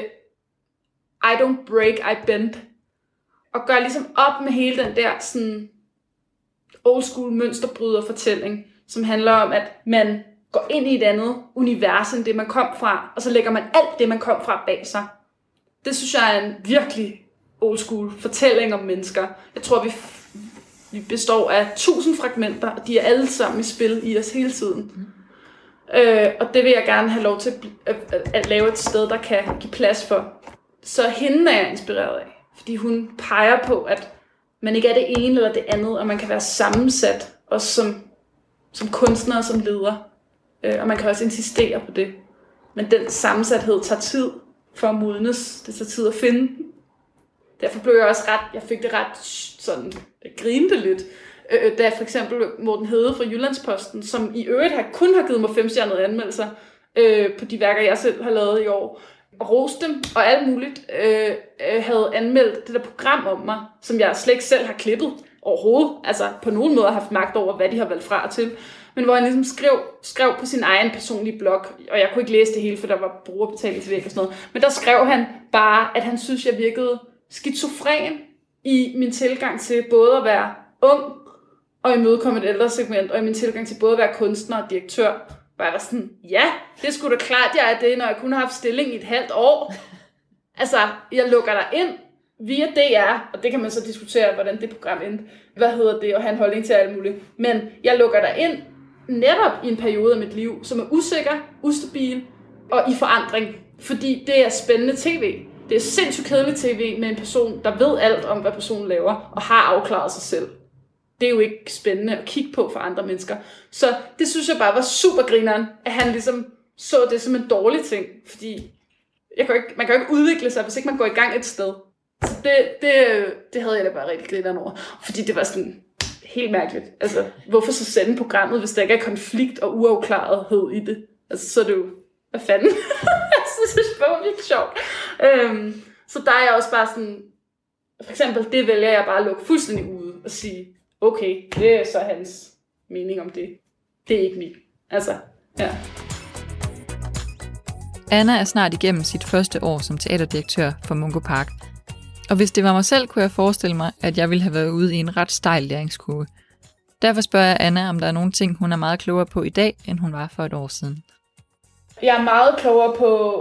I don't break, I bend. Og gør ligesom op med hele den der sådan old school mønsterbryder fortælling, som handler om, at man går ind i et andet univers end det, man kom fra, og så lægger man alt det, man kom fra bag sig. Det synes jeg er en virkelig old school fortælling om mennesker. Jeg tror, vi består af 1000 fragmenter, og de er alle sammen i spil i os hele tiden. Og det vil jeg gerne have lov til at lave et sted, der kan give plads for. Så hende er jeg inspireret af, fordi hun peger på, at man ikke er det ene eller det andet, og man kan være sammensat, også som kunstner og som leder. Og man kan også insistere på det. Men den sammensathed tager tid for at modnes. Det tager tid at finde den. Derfor blev jeg også jeg fik det ret sådan, jeg grinte lidt, da for eksempel Morten Hede fra Jyllandsposten, som i øvrigt kun har givet mig 5-stjernede anmeldelser på de værker, jeg selv har lavet i år, og roste dem, og alt muligt, havde anmeldt det der program om mig, som jeg slet ikke selv har klippet overhovedet. Altså på nogen måde har haft magt over, hvad de har valgt fra og til. Men hvor han ligesom skrev på sin egen personlige blog, og jeg kunne ikke læse det hele, for der var brugerbetalingsvæg og sådan noget. Men der skrev han bare, at han synes, jeg virkede skizofren i min tilgang til både at være ung og imødekomme et ældre segment, og i min tilgang til både at være kunstner og direktør. Bare var sådan, ja, det skulle da klart, jeg er det, når jeg kun har haft stilling i et halvt år. Altså, jeg lukker dig ind via DR, og det kan man så diskutere, hvordan det program endte. Og have en holdning til alt muligt. Men jeg lukker dig ind netop i en periode af mit liv, som er usikker, ustabil og i forandring. Fordi det er spændende tv. Det er sindssygt kedeligt tv med en person, der ved alt om, hvad personen laver, og har afklaret sig selv. Det er jo ikke spændende at kigge på for andre mennesker. Så det synes jeg bare var super grineren, at han ligesom så det som en dårlig ting. Fordi man kan jo ikke udvikle sig, hvis ikke man går i gang et sted. Så det havde jeg da bare rigtig grineren over. Fordi det var sådan helt mærkeligt. Altså, hvorfor så sende programmet, hvis der ikke er konflikt og uafklarethed i det? Altså, så er det jo, hvad fanden? Jeg synes, det var virkelig sjovt. Så der er jeg også bare sådan, for eksempel, det vælger jeg bare at lukke fuldstændig ude og sige, okay, det er så hans mening om det. Det er ikke mit. Altså, ja. Anna er snart igennem sit første år som teaterdirektør for Mungo Park. Og hvis det var mig selv, kunne jeg forestille mig, at jeg ville have været ude i en ret stejl læringskurve. Derfor spørger jeg Anna, om der er nogle ting, hun er meget klogere på i dag, end hun var for et år siden. Jeg er meget klogere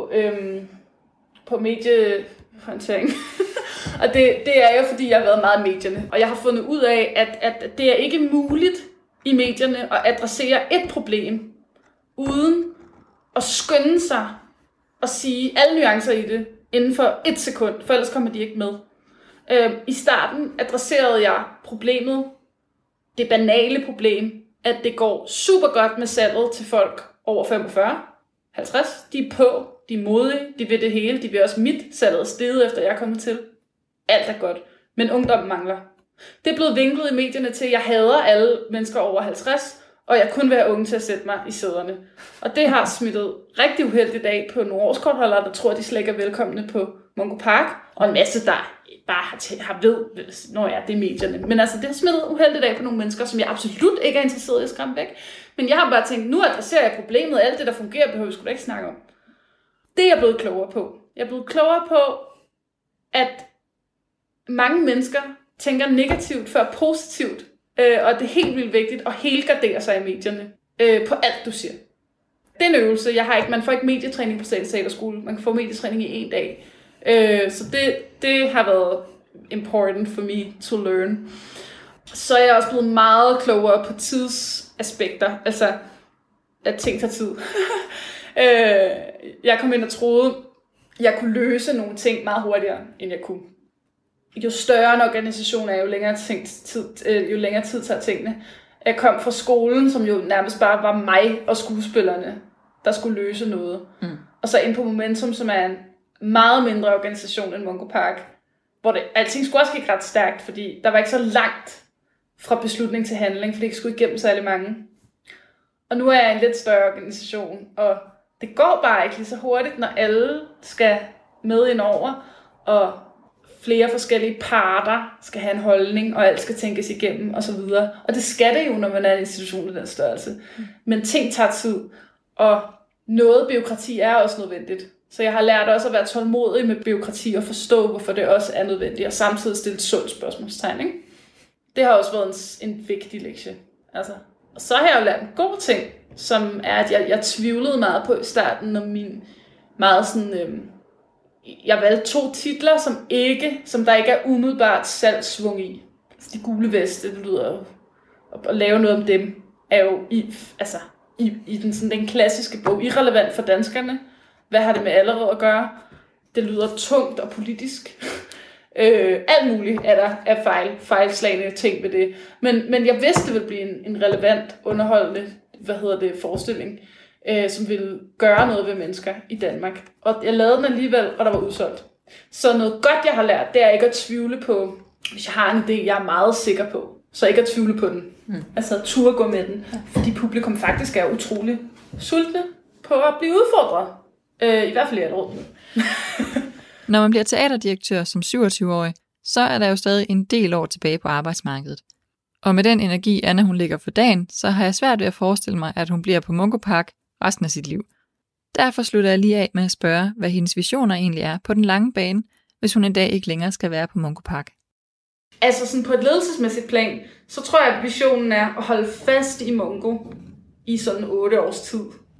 på mediehåndtering. Og det er jo, fordi jeg har været meget i medierne. Og jeg har fundet ud af, at det er ikke muligt i medierne at adressere et problem, uden at skynde sig og sige alle nuancer i det inden for 1 sekund, for ellers kommer de ikke med. I starten adresserede jeg problemet, det banale problem, at det går super godt med salget til folk over 45, 50. De er på, de er modige, de vil det hele, de vil også mit salget steget, efter jeg er kommet til. Alt er godt, men ungdommen mangler. Det er blevet vinklet i medierne til, at jeg hader alle mennesker over 50, og jeg kun vil have unge til at sætte mig i sæderne. Og det har smittet rigtig uheldigt af på nogle årskortholdere, der tror, at de slet ikke er velkomne på Mungo Park, og en masse, der bare har ved, når det er medierne. Men altså, det har smittet uheldigt af på nogle mennesker, som jeg absolut ikke er interesseret i at skræmme væk. Men jeg har bare tænkt, nu adresserer jeg problemet, alt det, der fungerer, behøver vi sgu da ikke snakke om. Det er jeg blevet klogere på. Jeg er blevet klogere på, at mange mennesker tænker negativt før positivt, og det er helt vildt vigtigt at helgardere sig i medierne på alt, du siger. Det er en øvelse. Man får ikke medietræning på Statens Teaterskole. Man kan få medietræning i 1 dag. Så det har været important for me to learn. Så er jeg også blevet meget klogere på tidsaspekter. Altså, at ting tager tid. Jeg kom ind og troede, jeg kunne løse nogle ting meget hurtigere, end jeg kunne. Jo større en organisation er, jo længere tid tager tingene. Jeg kom fra skolen, som jo nærmest bare var mig og skuespillerne, der skulle løse noget. Og så ind på Momentum, som er en meget mindre organisation end Mungo Park, hvor alting skulle også gik ret stærkt, fordi der var ikke så langt fra beslutning til handling, fordi det ikke skulle igennem særlig mange. Og nu er jeg en lidt større organisation, og det går bare ikke lige så hurtigt, når alle skal med ind over, og flere forskellige parter skal have en holdning, og alt skal tænkes igennem, og så videre. Og det skal det jo, når man er en institution af den størrelse. Men ting tager tid, og noget bureaukrati er også nødvendigt. Så jeg har lært også at være tålmodig med bureaukrati, og forstå, hvorfor det også er nødvendigt, og samtidig stille et sundt spørgsmålstegn, ikke? Det har også været en vigtig lektie. Altså. Og så har jeg jo lært en god ting, som er, at jeg tvivlede meget på i starten, når min meget sådan... Jeg valgte 2 titler, som der ikke er umiddelbart salgssvung i. Altså, De Gule Veste, det lyder at lave noget om dem, er jo i den klassiske bog irrelevant for danskerne. Hvad har det med Allerød at gøre? Det lyder tungt og politisk. Alt muligt er der af fejlslagne ting ved det. Men jeg vidste, det ville blive en relevant, underholdende forestilling, som ville gøre noget ved mennesker i Danmark. Og jeg lavede den alligevel, og der var udsolgt. Så noget godt, jeg har lært, det er ikke at tvivle på, hvis jeg har en idé, jeg er meget sikker på, så ikke at tvivle på den. Altså at turde gå med den. Fordi publikum faktisk er utrolig sultne på at blive udfordret. I hvert fald i Allerød. Når man bliver teaterdirektør som 27-årig, så er der jo stadig en del år tilbage på arbejdsmarkedet. Og med den energi, Anna hun lægger for dagen, så har jeg svært ved at forestille mig, at hun bliver på Mungo Park resten af sit liv. Derfor slutter jeg lige af med at spørge, hvad hendes visioner egentlig er på den lange bane, hvis hun en dag ikke længere skal være på Mungo Park. Altså sådan på et ledelsesmæssigt plan, så tror jeg, at visionen er at holde fast i Mungo i sådan 8 års tid.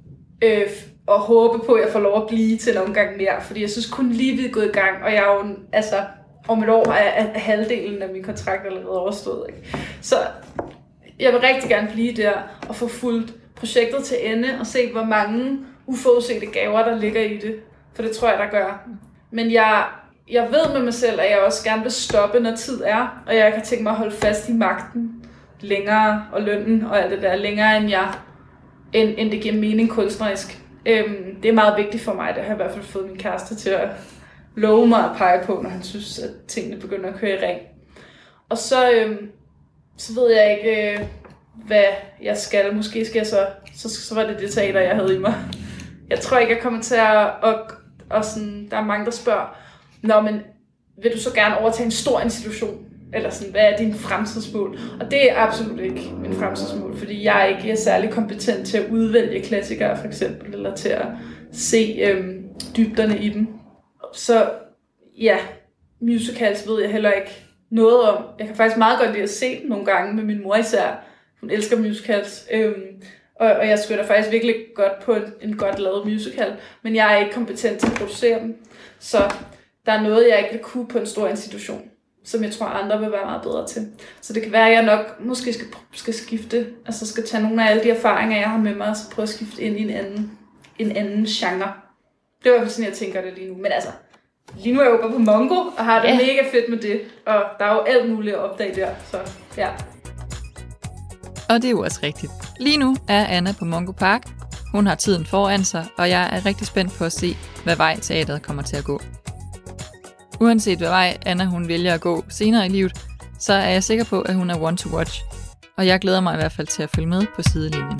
Og håbe på, at jeg får lov at blive til en omgang mere, fordi jeg synes kun lige vi er gået i gang, og jeg er jo, om et år er halvdelen af min kontrakt allerede overstået. Ikke? Så jeg vil rigtig gerne blive der og få fulgt projektet til ende og se, hvor mange uforudsete gaver, der ligger i det. For det tror jeg, der gør. Men jeg ved med mig selv, at jeg også gerne vil stoppe, når tid er, og jeg kan tænke mig at holde fast i magten længere, og lønnen og alt det der længere, end det giver mening kunstnerisk. Det er meget vigtigt for mig, det har jeg i hvert fald fået min kæreste til at love mig at pege på, når han synes, at tingene begynder at køre i ring. Og så ved jeg ikke, hvad jeg skal. Måske skal jeg så var det teater, jeg havde i mig. Jeg tror ikke, jeg kommer til og sådan, der er mange, der spørger, nå, men vil du så gerne overtage en stor institution? Eller sådan, hvad er din fremtidsmål? Og det er absolut ikke min fremtidsmål, fordi jeg ikke er særlig kompetent til at udvælge klassikere, for eksempel, eller til at se dybderne i dem. Så ja, musicals ved jeg heller ikke noget om. Jeg kan faktisk meget godt lide at se dem nogle gange med min mor især. Hun elsker musicals. Og jeg spiller faktisk virkelig godt på en godt lavet musical, men jeg er ikke kompetent til at producere dem. Så der er noget, jeg ikke vil kunne på en stor institution, som jeg tror, andre vil være meget bedre til. Så det kan være, at jeg nok måske skal skifte, altså skal tage nogle af alle de erfaringer, jeg har med mig, og så prøve at skifte ind i en anden genre. Det var sådan, jeg tænker det lige nu. Men altså, lige nu er jeg jo på Mongo, og har det mega fedt med det. Og der er jo alt muligt at opdage der, så ja. Og det er jo også rigtigt. Lige nu er Anna på Mongo Park. Hun har tiden foran sig, og jeg er rigtig spændt på at se, hvad vej teateret kommer til at gå. Uanset hvad vej Anna hun vælger at gå senere i livet, så er jeg sikker på, at hun er one to watch. Og jeg glæder mig i hvert fald til at følge med på sidelinjen.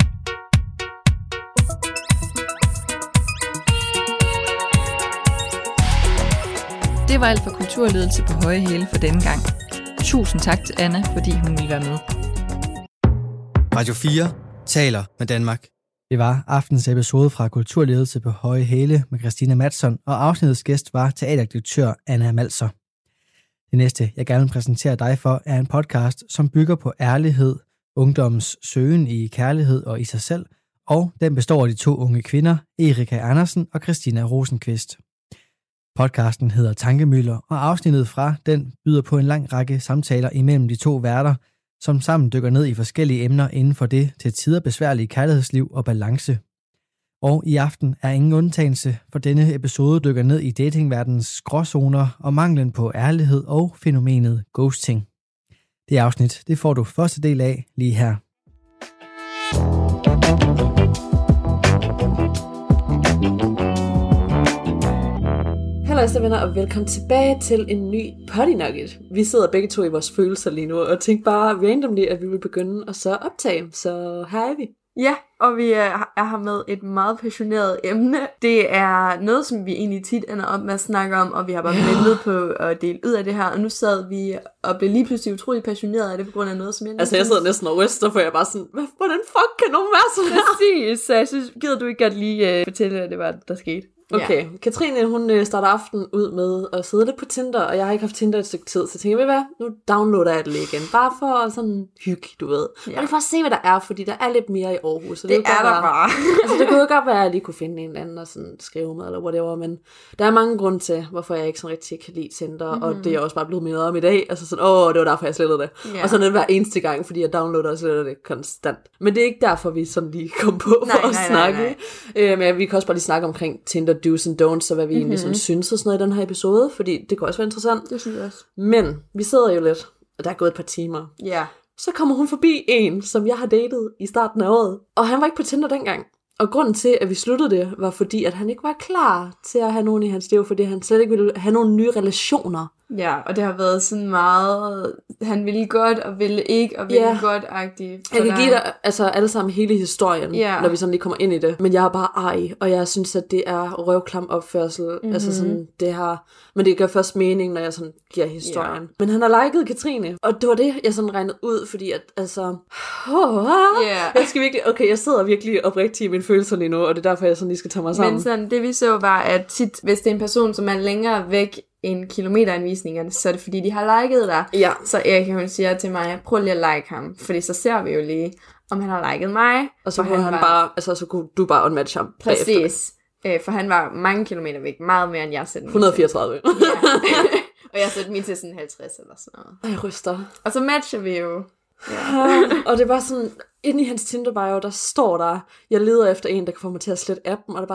Det var alt for Kulturledelse på høje hæle for denne gang. Tusind tak til Anna, fordi hun ville være med. Radio 4 taler med Danmark. Det var aftens episode fra Kulturledelse på høje hæle med Christina Mattsson, og afsnittets gæst var teaterdirektør Anna Malser. Det næste, jeg gerne vil præsentere dig for, er en podcast, som bygger på ærlighed, ungdommens søgen i kærlighed og i sig selv, og den består af de 2 unge kvinder, Erika Andersen og Christina Rosenqvist. Podcasten hedder Tankemøller, og afsnittet fra den byder på en lang række samtaler imellem de 2 værter, som sammen dykker ned i forskellige emner inden for det til tider besværlige kærlighedsliv og balance. Og i aften er ingen undtagelse, for denne episode dykker ned i datingverdenens gråzoner og manglen på ærlighed og fænomenet ghosting. Det afsnit, det får du første del af lige her. Hej venner, og velkommen tilbage til en ny Potty Nugget. Vi sidder begge 2 i vores følelser lige nu, og tænkte bare randomly, at vi vil begynde at så optage. Så her er vi. Ja, og vi er her med et meget passioneret emne. Det er noget, som vi egentlig tit ender op med at snakke om, og vi har bare ventet på at dele ud af det her. Og nu sad vi og blev lige pludselig utrolig passioneret af det, på grund af noget, som jeg... Altså, jeg sidder næsten og ryster, for jeg er bare sådan, hvordan fuck kan nogen være sådan her? Præcis, så jeg synes, gider du ikke godt lige fortælle, hvad det var, der skete? Okay, ja. Katrine, hun starter aften ud med at sidde lidt på Tinder, og jeg har ikke haft Tinder et stykke tid, så tænker jeg, hvad, nu downloader jeg det lige igen, bare for sådan hygge, du ved. Ja. Og det er for at se, hvad der er, fordi der er lidt mere i Aarhus. Så det er der bare. Altså, det kunne jo godt være, at jeg lige kunne finde en eller anden og sådan skrive med, eller whatever, men der er mange grunde til, hvorfor jeg ikke sådan rigtig kan lide Tinder, og det er også bare blevet mindre om i dag, altså sådan, det var derfor, jeg slettede det. Ja. Og sådan er det hver eneste gang, fordi jeg downloader og sletter det konstant. Men det er ikke derfor, vi sådan lige kom på for at snakke. Men vi kan også bare lige snakke omkring Tinder do's and don'ts, så hvad vi egentlig sådan synes og sådan noget i den her episode, fordi det kan også være interessant. Det synes jeg også. Men vi sidder jo lidt, og der er gået et par timer. Ja. Så kommer hun forbi en, som jeg har datet i starten af året, og han var ikke på Tinder dengang. Og grunden til, at vi sluttede det, var fordi, at han ikke var klar til at have nogen i hans liv, fordi han slet ikke ville have nogle nye relationer. Ja, og det har været sådan meget, han ville godt og ville ikke, og ville godt-agtigt. Jeg kan give dig altså alle sammen hele historien, når vi sådan lige kommer ind i det. Men jeg er bare og jeg synes, at det er røvklam opførsel. Altså sådan, det har... Men det gør først mening, når jeg sådan giver historien. Yeah. Men han har liket Katrine, og det var det, jeg sådan regnede ud, fordi at, altså... Jeg skal virkelig... Okay, jeg sidder virkelig oprigtigt i mine følelser lige nu, og det er derfor, jeg sådan lige skal tage mig sammen. Men sådan, det vi så var, at tit, hvis det er en person, som er længere væk en kilometeranvisningerne, så er det fordi, de har liket dig. Ja. Så Erika, hun siger til mig, prøv lige at like ham, fordi så ser vi jo lige, om han har liket mig. Og så kunne han bare, altså så kunne du bare unmatch ham. Præcis. For han var mange kilometer væk, meget mere end jeg sætter 134. Ja. Og jeg sætter min til sådan 50 eller sådan noget. Og jeg ryster. Og så matcher vi jo. Ja. Og det var sådan, inde i hans Tinder-bio, der står der, jeg leder efter en, der kan få mig til at slette appen, og det er bare sådan,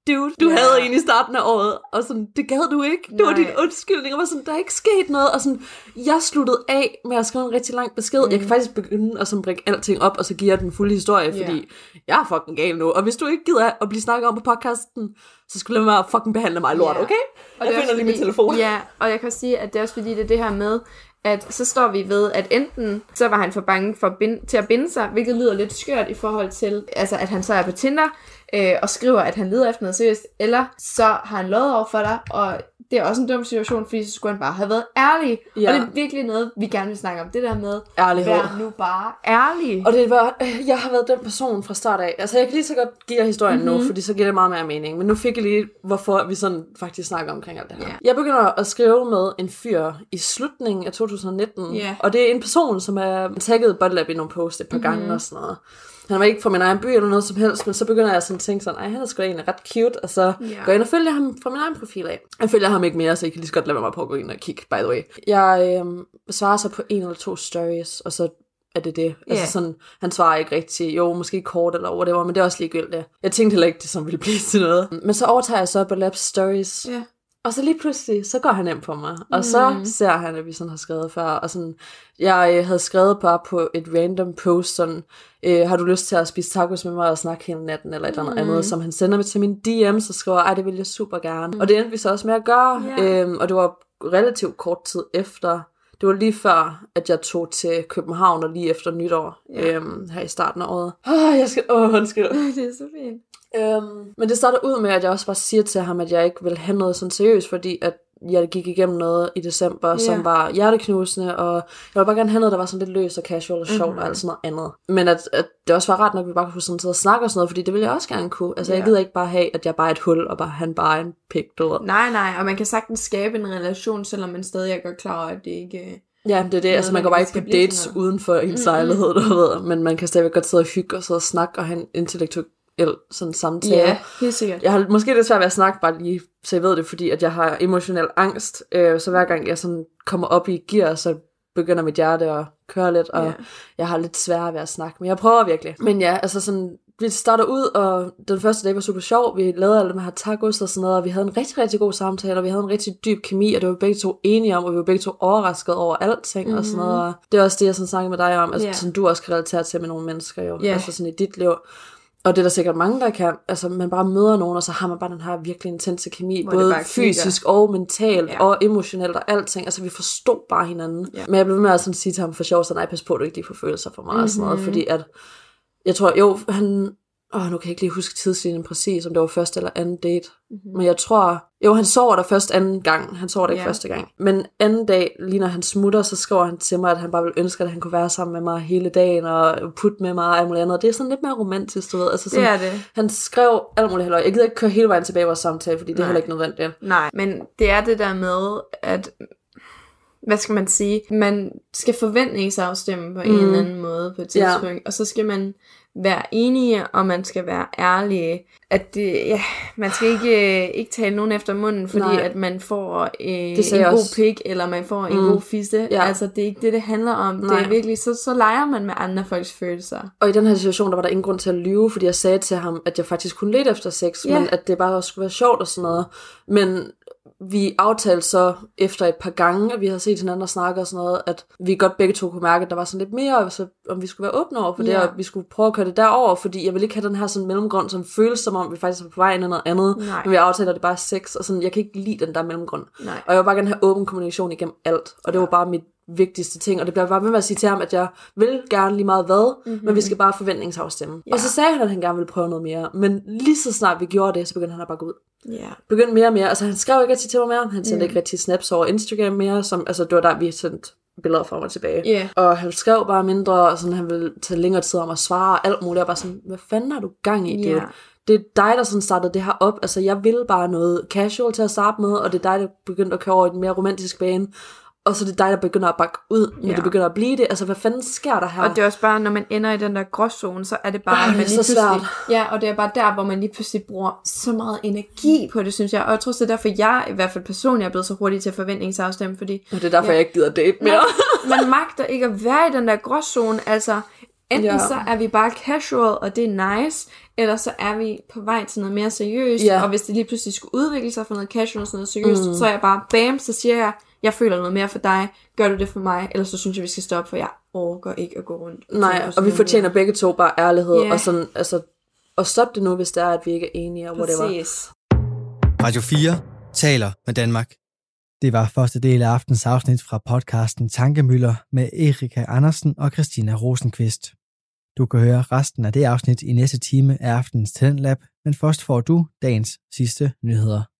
dude, du havde en i starten af året, og sådan, det gad du ikke. Det var din undskyldning, og var sådan, der er ikke sket noget, og sådan, jeg sluttede af med at skrive en rigtig lang besked. Jeg kan faktisk begynde at sådan bringe alting op, og så give jer den fulde historie, fordi jeg er fucking gal nu, og hvis du ikke gider at blive snakket om på podcasten, så skulle du lade mig fucking behandle mig lort, okay? Og jeg finder lige min telefon. Ja, og jeg kan også sige, at det er også fordi, det er det her med, at så står vi ved, at enten så var han for bange for til at binde sig, hvilket lyder lidt skørt i forhold til, altså at han så er på Tinder og skriver, at han leder efter noget seriøst, eller så har han lovet over for dig, og det er også en dum situation, fordi så skulle han bare have været ærlig. Ja. Og det er virkelig noget, vi gerne vil snakke om. Det der med, vær nu bare ærlig. Og det var, jeg har været den person fra start af. Altså jeg kan lige så godt give jer historien nu, fordi så giver det meget mere mening. Men nu fik jeg lige, hvorfor vi sådan faktisk snakker omkring alt det her. Yeah. Jeg begynder at skrive med en fyr i slutningen af 2019. Yeah. Og det er en person, som er tagget Bodylab i nogle post et par gange og sådan noget. Han var ikke fra min egen by eller noget som helst, men så begynder jeg sådan at tænke sådan, han er sgu da egentlig ret cute, og så går jeg ind og følger ham fra min egen profil af. Jeg følger ham ikke mere, så jeg kan lige så godt lade mig på at gå ind og kigge, by the way. Jeg svarer så på 1 eller 2 stories, og så er det det. Altså sådan, han svarer ikke rigtig, jo, måske kort eller whatever, men det er også ligegyldigt. Jeg tænkte heller ikke, det som ville blive til noget. Men så overtager jeg så på Labs stories. Yeah. Og så lige pludselig, så går han ind på mig. Og så ser han, at vi sådan har skrevet før. Og sådan, jeg havde skrevet bare på et random post, sådan, har du lyst til at spise tacos med mig og snakke hele natten, eller et eller andet, som han sender mig til min DM's og skriver, det vil jeg super gerne. Og det endte vi så også med at gøre. Og det var relativt kort tid efter. Det var lige før, at jeg tog til København, og lige efter nytår, her i starten af året. Undskyld. Det er så fint. Men det starter ud med, at jeg også bare siger til ham, at jeg ikke vil have noget sådan seriøst, fordi at jeg gik igennem noget i december, som var hjerteknusende, og jeg ville bare gerne have noget, der var sådan lidt løst og casual og sjovt og alt sådan noget andet. Men at det også var ret nok, at vi bare kunne sådan sidde og snakke og sådan noget, fordi det ville jeg også gerne kunne. Altså jeg gider ikke bare have, at jeg bare er et hul, og han bare er en pik, du ved. Nej, og man kan sagtens skabe en relation, selvom man stadig er godt klar over, at det ikke... Ja, det er det. Altså man går bare ikke på dates uden for ens lejlighed, du ved. Men man kan stadigvæk godt sidde og hygge og sidde og snakke og have en intellektuel sådan samtale. Ja, helt sikkert. Jeg har måske lidt svært ved at snakke bare lige, så jeg ved det, fordi at jeg har emotionel angst. Så hver gang jeg sådan kommer op i gear, så begynder mit hjerte at køre lidt, og jeg har lidt sværere ved at snakke. Men jeg prøver virkelig. Men ja, altså sådan, vi starter ud, og den første dag var super sjov. Vi lavede alle de her tacos og sådan noget, og vi havde en rigtig, rigtig god samtale, og vi havde en rigtig dyb kemi, og det var vi begge to enige om, og vi var begge to overrasket over alting og sådan noget. Og det er også det, jeg sådan snakker med dig om, altså sådan du også kan relatere til med nogle mennesker jo, altså sådan i dit liv. Og det er der sikkert mange, der kan. Altså, man bare møder nogen, og så har man bare den her virkelig intense kemi. Både fysisk og mentalt og emotionelt og alting. Altså, vi forstod bare hinanden. Ja. Men jeg blev ved med at sådan sige til ham for sjov, så nej, pas på, du ikke lige får følelser for mig og sådan noget. Fordi at, jeg tror, jo, han... nu kan jeg ikke lige huske tidslinjen præcis, om det var første eller anden date. Men jeg tror... Jo, han sover der først anden gang. Han sover der ikke første gang. Men anden dag, lige når han smutter, så skriver han til mig, at han bare ville ønske, at han kunne være sammen med mig hele dagen, og putte med mig og alt muligt andet. Det er sådan lidt mere romantisk, du ved. Altså sådan, det er det. Han skrev alt muligt halløj. Jeg gider ikke køre hele vejen tilbage i vores samtale, fordi det er heller ikke nødvendigt. Nej, men det er det der med, at... Hvad skal man sige? Man skal forventningsafstemme på en eller anden måde på et tidspunkt, og så skal man være enige, og man skal være ærlige. At det, man skal ikke tale nogen efter munden, fordi at man får en god pik, eller man får en god fisse. Ja. Altså, det er ikke det handler om. Nej. Det er virkelig, så leger man med andre folks følelser. Og i den her situation, der var der ingen grund til at lyve, fordi jeg sagde til ham, at jeg faktisk kunne lede efter sex, men at det bare skulle være sjovt og sådan noget. Men vi aftalte så efter et par gange, at vi havde set hinanden og snakket og sådan noget, at vi godt begge to kunne mærke, at der var sådan lidt mere, så om vi skulle være åbne over for det, og vi skulle prøve at køre det derover, fordi jeg ville ikke have den her sådan mellemgrund, som føles som om, vi faktisk er på vej ind i noget andet, men vi aftaler det bare sex, og sådan, jeg kan ikke lide den der mellemgrund. Nej. Og jeg vil bare gerne have åben kommunikation igennem alt, og det var bare mit vigtigste ting, og det bliver bare ved med at sige til ham, at jeg vil gerne lige meget hvad, men vi skal bare forventningsafstemme. Og så sagde han, at han gerne ville prøve noget mere, men lige så snart vi gjorde det, så begyndte han at bare gå ud. Begyndte mere og mere, altså han skrev ikke rigtig til mig mere, han sendte ikke rigtig snaps over Instagram mere, som, altså det var der, vi sendte billeder fra mig tilbage. Og han skrev bare mindre, og sådan, han ville tage længere tid om at svare, og alt muligt, og bare sådan, hvad fanden har du gang i, det? Det er dig, der sådan startede det her op. Altså, jeg ville bare noget casual til at starte med, og det er dig, der begyndte at køre over i en mere romantisk bane. Og så er det dig, der begynder at bakke ud, når det begynder at blive det. Altså, hvad fanden sker der her? Og det er også bare, når man ender i den der gråzone, så er det bare, man lige pludselig... Ja, og det er bare der, hvor man lige pludselig bruger så meget energi på det, synes jeg. Og jeg tror, det er derfor, jeg i hvert fald personligt er blevet så hurtig til forventningsafstemme, fordi... Og det er derfor, jeg ikke gider date mere. Man magter ikke at være i den der gråzone, altså... Enten så er vi bare casual, og det er nice, eller så er vi på vej til noget mere seriøst, og hvis det lige pludselig skulle udvikle sig fra noget casual og sådan noget seriøst, så er jeg bare, bam, så siger jeg føler noget mere for dig, gør du det for mig, eller så synes jeg, vi skal stoppe, for jeg orker ikke at gå rundt. Nej, og vi fortjener begge to bare ærlighed, og sådan, altså, og stop det nu, hvis det er, at vi ikke er enige, og whatever. Præcis. Radio 4 taler med Danmark. Det var første del af aftens afsnit fra podcasten Tankemøller med Erika Andersen og Christina Rosenqvist. Du kan høre resten af det afsnit i næste time af aftens Talentlab, men først får du dagens sidste nyheder.